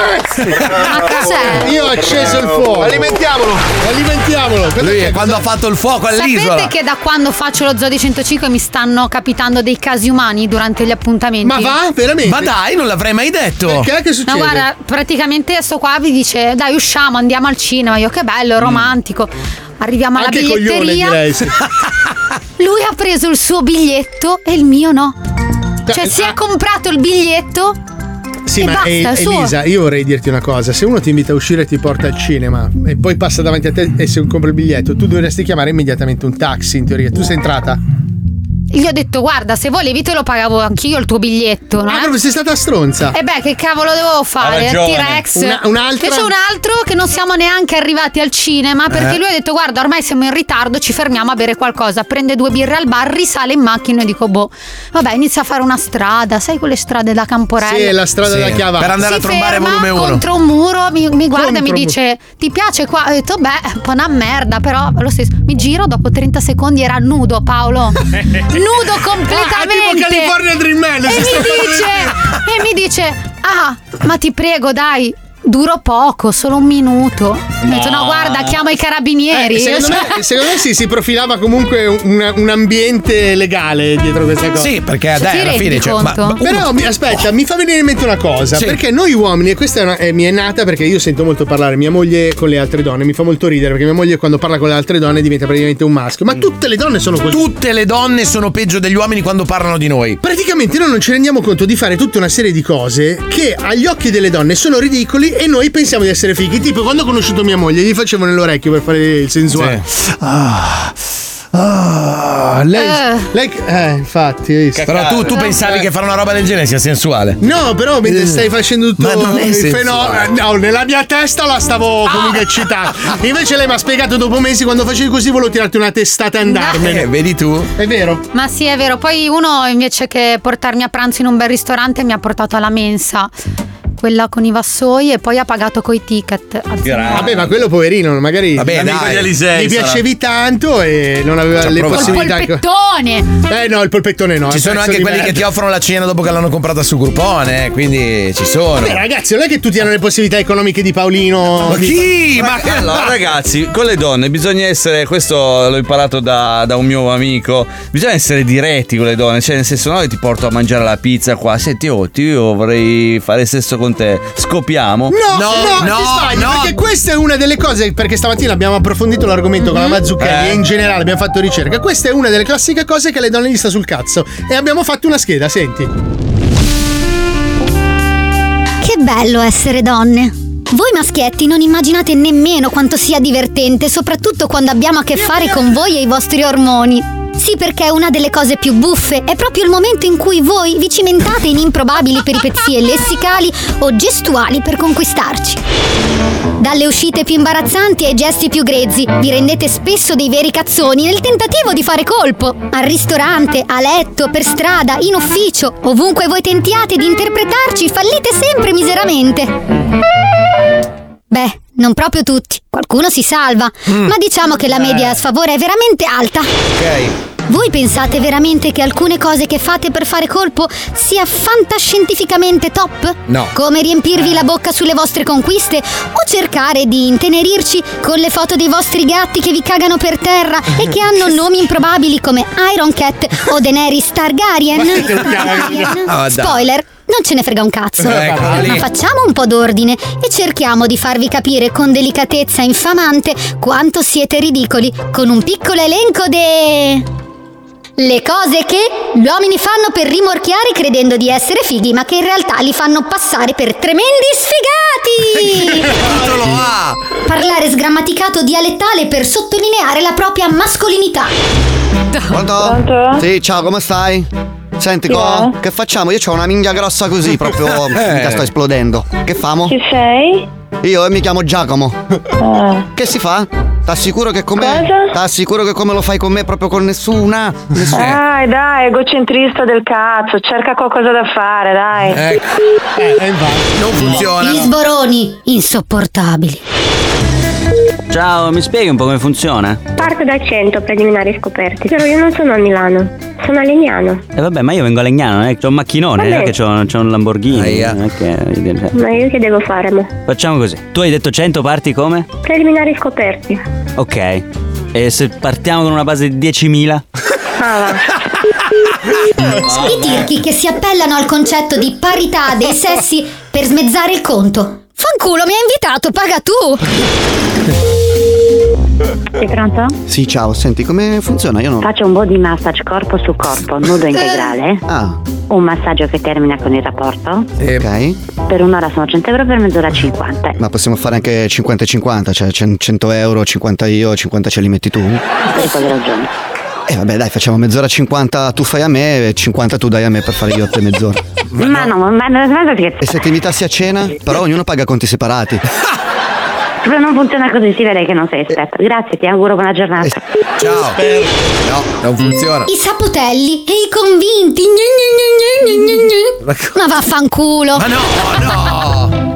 Ma cos'è? Io ho acceso il fuoco. Alimentiamolo, alimentiamolo. Cosa Lui c'è? è quando ha fatto il fuoco all'isola. Sapete che da quando faccio lo Zoo di centocinque mi stanno capitando dei casi umani durante gli appuntamenti? Ma va? Veramente? Ma dai, non l'avrei mai detto. Perché? Che succede? No, guarda, praticamente sto qua vi dice dai usciamo, andiamo al cinema. Io che bello, è romantico. Arriviamo alla Anche coglione biglietteria. direi, sì. Lui ha preso il suo biglietto e il mio no. Cioè si è comprato il biglietto. Sì, e ma basta, eh, è suo. Elisa, io vorrei dirti una cosa: se uno ti invita a uscire e ti porta al cinema e poi passa davanti a te e se compra il biglietto, tu dovresti chiamare immediatamente un taxi, in teoria. Tu sei entrata? Gli ho detto guarda, se volevi te lo pagavo anch'io il tuo biglietto, no? Ah, proprio sei stata stronza. E beh, che cavolo dovevo fare? Ha ragione. T-Rex. Una- un'altra- Invece un altro che non siamo neanche arrivati al cinema perché Eh. lui ha detto guarda ormai siamo in ritardo, ci fermiamo a bere qualcosa. Prende due birre al bar, risale in macchina e dico boh, vabbè inizia a fare una strada, sai quelle strade da Camporello? Sì, è la strada da Chiavari. Per andare si a trombare ferma volume uno. contro un muro, mi, mi guarda e mi Contro un dice ti piace qua? Ho detto beh, un po' una merda però lo stesso. Mi giro, dopo trenta secondi era nudo Paolo. Nudo completamente. Ah, tipo California Dreamland, E si mi sta dice e mi dice ah ma ti prego dai duro poco, solo un minuto. Mi ha detto no guarda chiamo i carabinieri. Eh, secondo, me, secondo me sì, si profilava comunque un, un ambiente legale dietro questa cosa. Sì, perché Ti dai, alla rendi fine. Cioè, ma, conto? ma- Però mi- aspetta, mi fa venire in mente una cosa. Sì. Perché noi uomini, e questa è una- eh, mi è nata perché io sento molto parlare mia moglie con le altre donne, mi fa molto ridere perché mia moglie quando parla con le altre donne diventa praticamente un maschio. Ma tutte le donne sono così. tutte le donne sono peggio degli uomini quando parlano di noi. Praticamente noi non ci rendiamo conto di fare tutta una serie di cose che agli occhi delle donne sono ridicoli e noi pensiamo di essere fighi. Tipo quando ho conosciuto mia moglie gli facevo nell'orecchio per fare il sensuale. Ah, ah, lei, Eh. lei eh, infatti, hai visto? Però tu, tu pensavi che fare una roba del genere sia sensuale. No, però mentre stai facendo tutto Ma non è il sensuale. fenomeno, no, nella mia testa la stavo comunque eccitando. Invece lei mi ha spiegato dopo mesi quando facevi così volevo tirarti una testata e andarmene. Eh, vedi tu? È vero? Ma sì, è vero. Poi uno invece che portarmi a pranzo in un bel ristorante mi ha portato alla mensa. quella con i vassoi, e poi ha pagato coi ticket. Vabbè, ma quello poverino, magari Vabbè, dai. gli piacevi tanto e non aveva C'ha le provato. possibilità. Col polpettone! Eh no, il polpettone no. Ci è sono pezzo anche di quelli che merda. ti offrono la cena dopo che l'hanno comprata su Groupon, eh, quindi ci sono. Vabbè, ragazzi, non è che tutti hanno le possibilità economiche di Paolino. Ma chi? Ma allora, ragazzi, con le donne bisogna essere, questo l'ho imparato da, da un mio amico, bisogna essere diretti con le donne, cioè nel senso, no, io ti porto a mangiare la pizza qua, senti, oh, io vorrei fare sesso con te, scopiamo? No, no, no, ti sbagli, perché questa è una delle cose, perché stamattina abbiamo approfondito l'argomento con la Mazzucchelli Eh. e in generale abbiamo fatto ricerca. Questa è una delle classiche cose che alle donne gli sta sul cazzo. E abbiamo fatto una scheda, senti. Che bello essere donne. Voi maschietti non immaginate nemmeno quanto sia divertente, soprattutto quando abbiamo a che fare con voi e i vostri ormoni. Sì, perché una delle cose più buffe è proprio il momento in cui voi vi cimentate in improbabili peripezie lessicali o gestuali per conquistarci. Dalle uscite più imbarazzanti ai gesti più grezzi, vi rendete spesso dei veri cazzoni nel tentativo di fare colpo. Al ristorante, a letto, per strada, in ufficio, ovunque voi tentiate di interpretarci, fallite sempre miseramente. Beh, non proprio tutti, qualcuno si salva, ma diciamo che la media a sfavore è veramente alta. Ok. Voi pensate veramente che alcune cose che fate per fare colpo sia fantascientificamente top? No. Come riempirvi la bocca sulle vostre conquiste o cercare di intenerirci con le foto dei vostri gatti che vi cagano per terra e che hanno nomi improbabili come Iron Cat o Daenerys Targaryen? Ah, dai. Spoiler, non ce ne frega un cazzo. Eccola lì. Ma facciamo un po' d'ordine e cerchiamo di farvi capire con delicatezza infamante quanto siete ridicoli con un piccolo elenco de... Le cose che gli uomini fanno per rimorchiare credendo di essere fighi, ma che in realtà li fanno passare per tremendi sfigati! Titolo A. Parlare sgrammaticato dialettale per sottolineare la propria mascolinità. Pronto? Sì, ciao, come stai? Senti, Chi co- è? che facciamo? Io ho una minchia grossa così, proprio Eh. mica sto esplodendo. Che famo? Chi sei? Io mi chiamo Giacomo. Ah. Che si fa? T'assicuro che come. Cosa? T'assicuro che come lo fai con me, proprio con nessuna. Nessuna. Dai, dai, egocentrista del cazzo, cerca qualcosa da fare, dai. Ecco. Eh, non funziona. Gli sboroni insopportabili. Ciao, mi spieghi un po' come funziona? Parto da cento preliminari scoperti, però io non sono a Milano, sono a Legnano. E eh vabbè, ma io vengo a Legnano, non è che c'ho un macchinone, non è Vabbè. che c'ho, c'ho un Lamborghini. Aia. Non è che... Ma io che devo fare, mo? Facciamo così. Tu hai detto cento parti come? Preliminari scoperti. Ok. E se partiamo con una base di diecimila? Ah, va. I tirchi che si appellano al concetto di parità dei sessi per smezzare il conto. Fanculo, mi ha invitato, paga tu! Sei pronto? Sì, ciao, senti, come funziona? Io non. Faccio un body massage corpo su corpo, nudo integrale. Ah, Un massaggio che termina con il rapporto. ok. Per un'ora sono cento euro, per mezz'ora cinquanta. Ma possiamo fare anche cinquanta e cinquanta, cioè cento euro, cinquanta io, cinquanta ce li metti tu? Per quale ragione? E eh, vabbè, dai, facciamo mezz'ora cinquanta tu fai a me e cinquanta tu dai a me per fare io te mezz'ora. Ma no, ma ma ma che E se ti invitassi a cena? Però ognuno paga conti separati. Però non funziona così, si vede che non sei esperto. Grazie, ti auguro buona giornata. Ciao. No, non funziona. I saputelli e i convinti. Gne, gne, gne, gne, gne, gne. Ma vaffanculo. Ma no, no.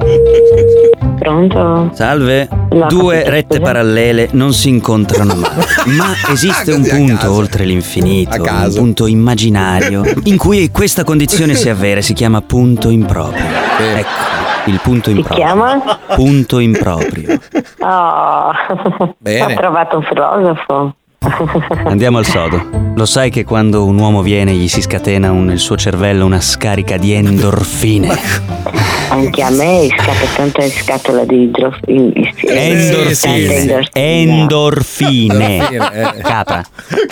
Pronto? Salve. No, Due capito, rette scusa. parallele non si incontrano mai. Ma esiste un Così a punto caso. oltre l'infinito, A un caso. punto immaginario, in cui questa condizione si avvera, si chiama punto improprio. Ecco, il punto Si improprio. chiama? Punto improprio. Oh, Bene. ho trovato un filosofo. Andiamo al sodo. Lo sai che quando un uomo viene gli si scatena un- nel suo cervello una scarica di endorfine. Anche a me scatta tanta scatola di idro... Endorfine. Endorfine. Eh. Capra.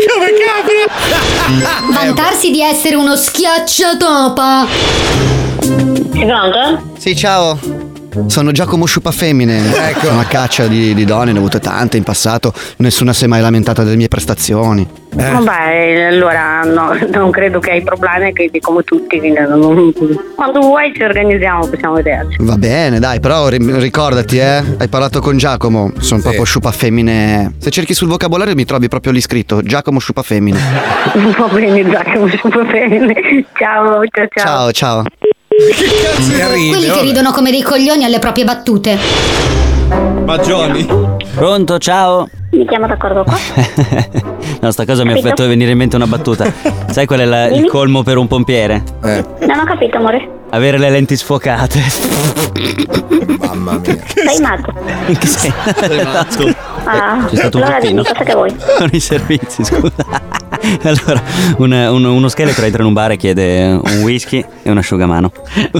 Vantarsi di essere uno schiacciatopa. Sei pronto? Sì, ciao. Sono Giacomo Sciupa Femmine. Ecco. Sono a caccia di, di donne, ne ho avute tante in passato. Nessuna si è mai lamentata delle mie prestazioni. Vabbè, allora no, non credo che hai problemi, che come tutti, quindi non- quando vuoi ci organizziamo, possiamo vederci. Va bene, dai, però ri- ricordati, eh. Hai parlato con Giacomo. Sono proprio Sciupa Femmine. Se cerchi sul vocabolario mi trovi proprio lì scritto Giacomo Sciupa Femmine. Va bene, Giacomo, super bene. Ciao, ciao, ciao. Ciao, ciao. Quelli che ridono come dei coglioni alle proprie battute. Ma Johnny. Pronto, ciao. Mi chiamo d'accordo qua. No, sta cosa mi ha Capito? fatto venire in mente una battuta. Sai qual è la- il Dimmi. colmo per un pompiere? Eh. Non ho capito, amore. Avere le lenti sfocate. Mamma mia. Sei matto. In che senso? No, scusa. Ah, C'è stato un allora pochino. dimmi cosa che vuoi. Con i servizi, scusa. Allora, un- un- uno scheletro entra in un bar e chiede un whisky e un asciugamano.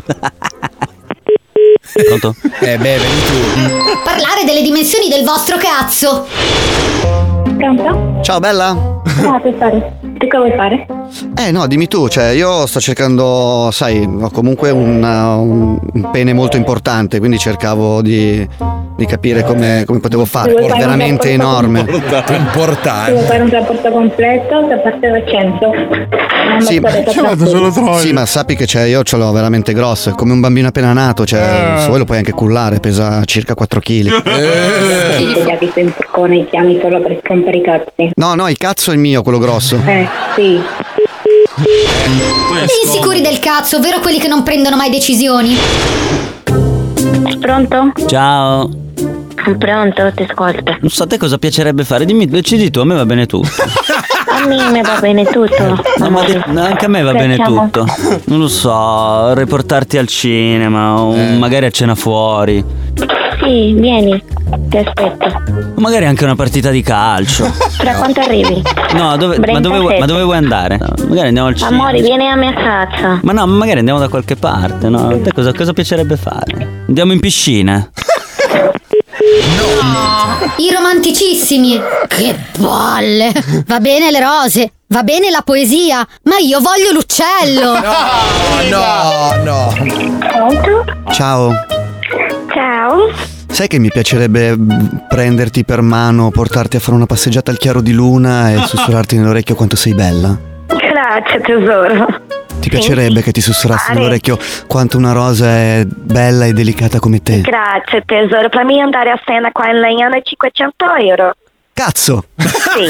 Pronto? Eh beh, vedi tu. Parlare delle dimensioni del vostro cazzo. Pronto? Ciao bella. Ah, puoi fare. Tu che vuoi fare? Eh no, dimmi tu, cioè io sto cercando, sai, ho comunque una- un, un pene molto importante, quindi cercavo di, di capire come, come potevo fare. Vuoi È fare un veramente rapporto enorme. Ti vuoi Importante. fare un rapporto completo da parte da cento? Sì, ma, sì, ma sappi che cioè, io ce l'ho veramente grosso, è come un bambino appena nato, cioè se vuoi lo puoi anche cullare, pesa circa quattro chili. Ti ha visto in porcone i chiami solo per rompere i cazzi. No, no, il cazzo è il mio, quello grosso. Eh, sì. Gli insicuri del cazzo, ovvero quelli che non prendono mai decisioni. Pronto? Ciao. Pronto, ti ascolto. Non so a te cosa piacerebbe fare. Dimmi, decidi tu, a me va bene tutto. A me mi va bene tutto. No, ma de- no, anche a me va bene Facciamo. tutto. Non lo so, riportarti al cinema, o magari a cena fuori. Sì, vieni, ti aspetto. O magari anche una partita di calcio. Tra quanto arrivi? No, dove, ma, dove vuoi, ma dove vuoi andare? No, magari andiamo al cinema. Amore, vieni a mia casa. Ma no, magari andiamo da qualche parte, no? A te cosa, cosa piacerebbe fare? Andiamo in piscina? I romanticissimi. Che palle. Va bene le rose, va bene la poesia, ma io voglio l'uccello. No, no. Pronto? Ciao. Ciao. Sai che mi piacerebbe mh, prenderti per mano, portarti a fare una passeggiata al chiaro di luna e sussurrarti nell'orecchio quanto sei bella? Grazie tesoro. Ti piacerebbe che ti sussurrassi nell'orecchio quanto una rosa è bella e delicata come te? Grazie tesoro. Per me andare a cena qua in Legnano è cinquecento euro. Cazzo! Sì.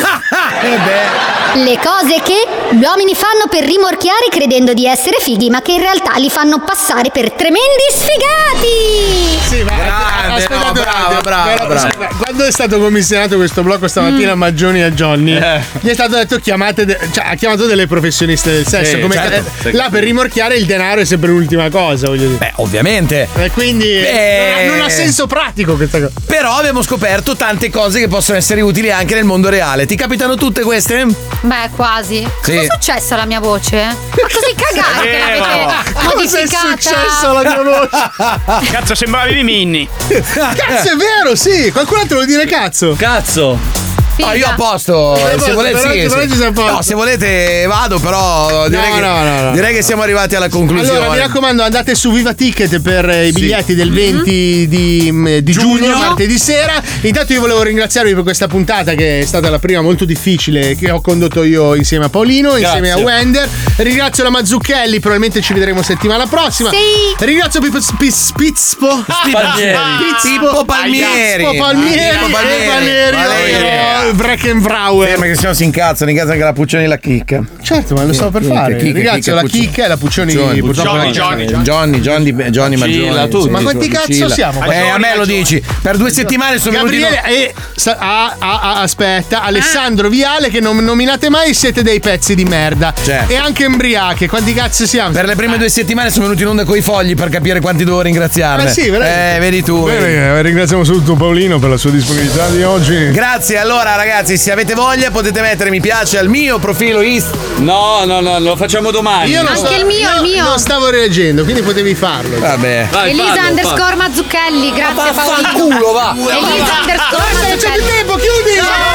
Le cose che gli uomini fanno per rimorchiare credendo di essere fighi, ma che in realtà li fanno passare per tremendi sfigati. Sì, ma Grande, aspettate no, un brava, attimo. brava, Però, brava. aspetta, quando è stato commissionato questo blocco stamattina a Maggioni e a Johnny, Eh. gli è stato detto chiamate, de- cioè ha chiamato delle professioniste del sesso. Sì, come certo. eh, là per rimorchiare il denaro è sempre l'ultima cosa, voglio dire. Beh, ovviamente. E quindi Beh. non ha senso pratico questa cosa. Però abbiamo scoperto tante cose che possono essere utili anche nel mondo reale. Ti capitano tutte queste? Beh, quasi. Sì. Cosa è successo alla mia voce? Ma così cagare che l'avete Cosa è modificata. successo alla mia voce? Cazzo, sembravi Minni. Cazzo, è vero, sì. Qualcun altro vuol dire cazzo. Cazzo. No, io a posto. Io a Se posto, volete, però- sì, però sì. ci sei a posto. No, se volete vado, però direi, No, che, no, no, no, direi no. che siamo arrivati alla conclusione. Allora, mi raccomando, andate su Viva Ticket per eh, i biglietti del venti di, mm, di giugno, Giugno. martedì sera. Intanto io volevo ringraziarvi per questa puntata che è stata la prima molto difficile che ho condotto io insieme a Paolino, insieme Grazie. a Wender. Ringrazio la Mazzucchelli, probabilmente ci vedremo settimana prossima. Sì. Ringrazio Pippo Spizpo Pizpo Palmieri. Pippo Palmieri. Pippo Palmieri Pippo Palmieri. e Valerio Valerio. Breckenbrauer. Ferma che sennò si incazzano, incazzano anche la Puccioni e la chicca. Certo, ma lo stavo per Chicca, fare. chicca, Ringrazio chicca, la Puccioni. chicca e la Puccioni. Puccioni, purtroppo Puccioni, non- Johnny, Johnny, Johnny, Johnny, Johnny Fucila, Maggioni. tutti. Ma quanti cazzo Fucila. siamo? Eh, a me lo dici. Per due settimane sono Gabriele venuti. e sa- ah, ah, ah, aspetta, Alessandro Viale che non nominate mai, siete dei pezzi di merda. Certo. E anche Embriache, quanti cazzo siamo? Per le prime due settimane sono venuti in onda coi fogli per capire quanti dovevo ringraziarne. Eh sì, veramente. Eh, vedi tu. Bene, vedi. bene, ringraziamo soprattutto Paolino per la sua disponibilità di oggi. Grazie, allora ragazzi, se avete voglia potete mettere mi piace al mio profilo Insta. No, no, no, lo facciamo domani. Io non Anche sto- il mio, io il mio. Non stavo reagendo, quindi potevi farlo. Vabbè. Vai, Elisa fallo, underscore fallo. Mazzucchelli, grazie Paolino. Culo, va. Elisa underscore Adesso non c'è più Mazzucchelli. tempo, chiudi!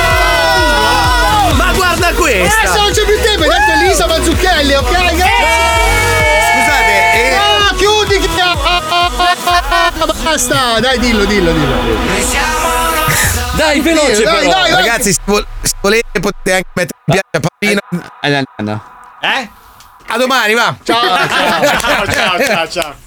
Ma guarda questa. Adesso non c'è più tempo, hai detto Elisa Mazzucchelli, ok? Grazie! Scusate, eh, Ah, chiudi! chi- Basta! Dai, dillo, dillo, dillo. Dai, veloce Dai, però. dai, dai. ragazzi, se vol- se volete potete anche mettere mi piace a Paolino. Eh, no, no. A domani, va. Ciao, ciao, ciao, ciao, ciao.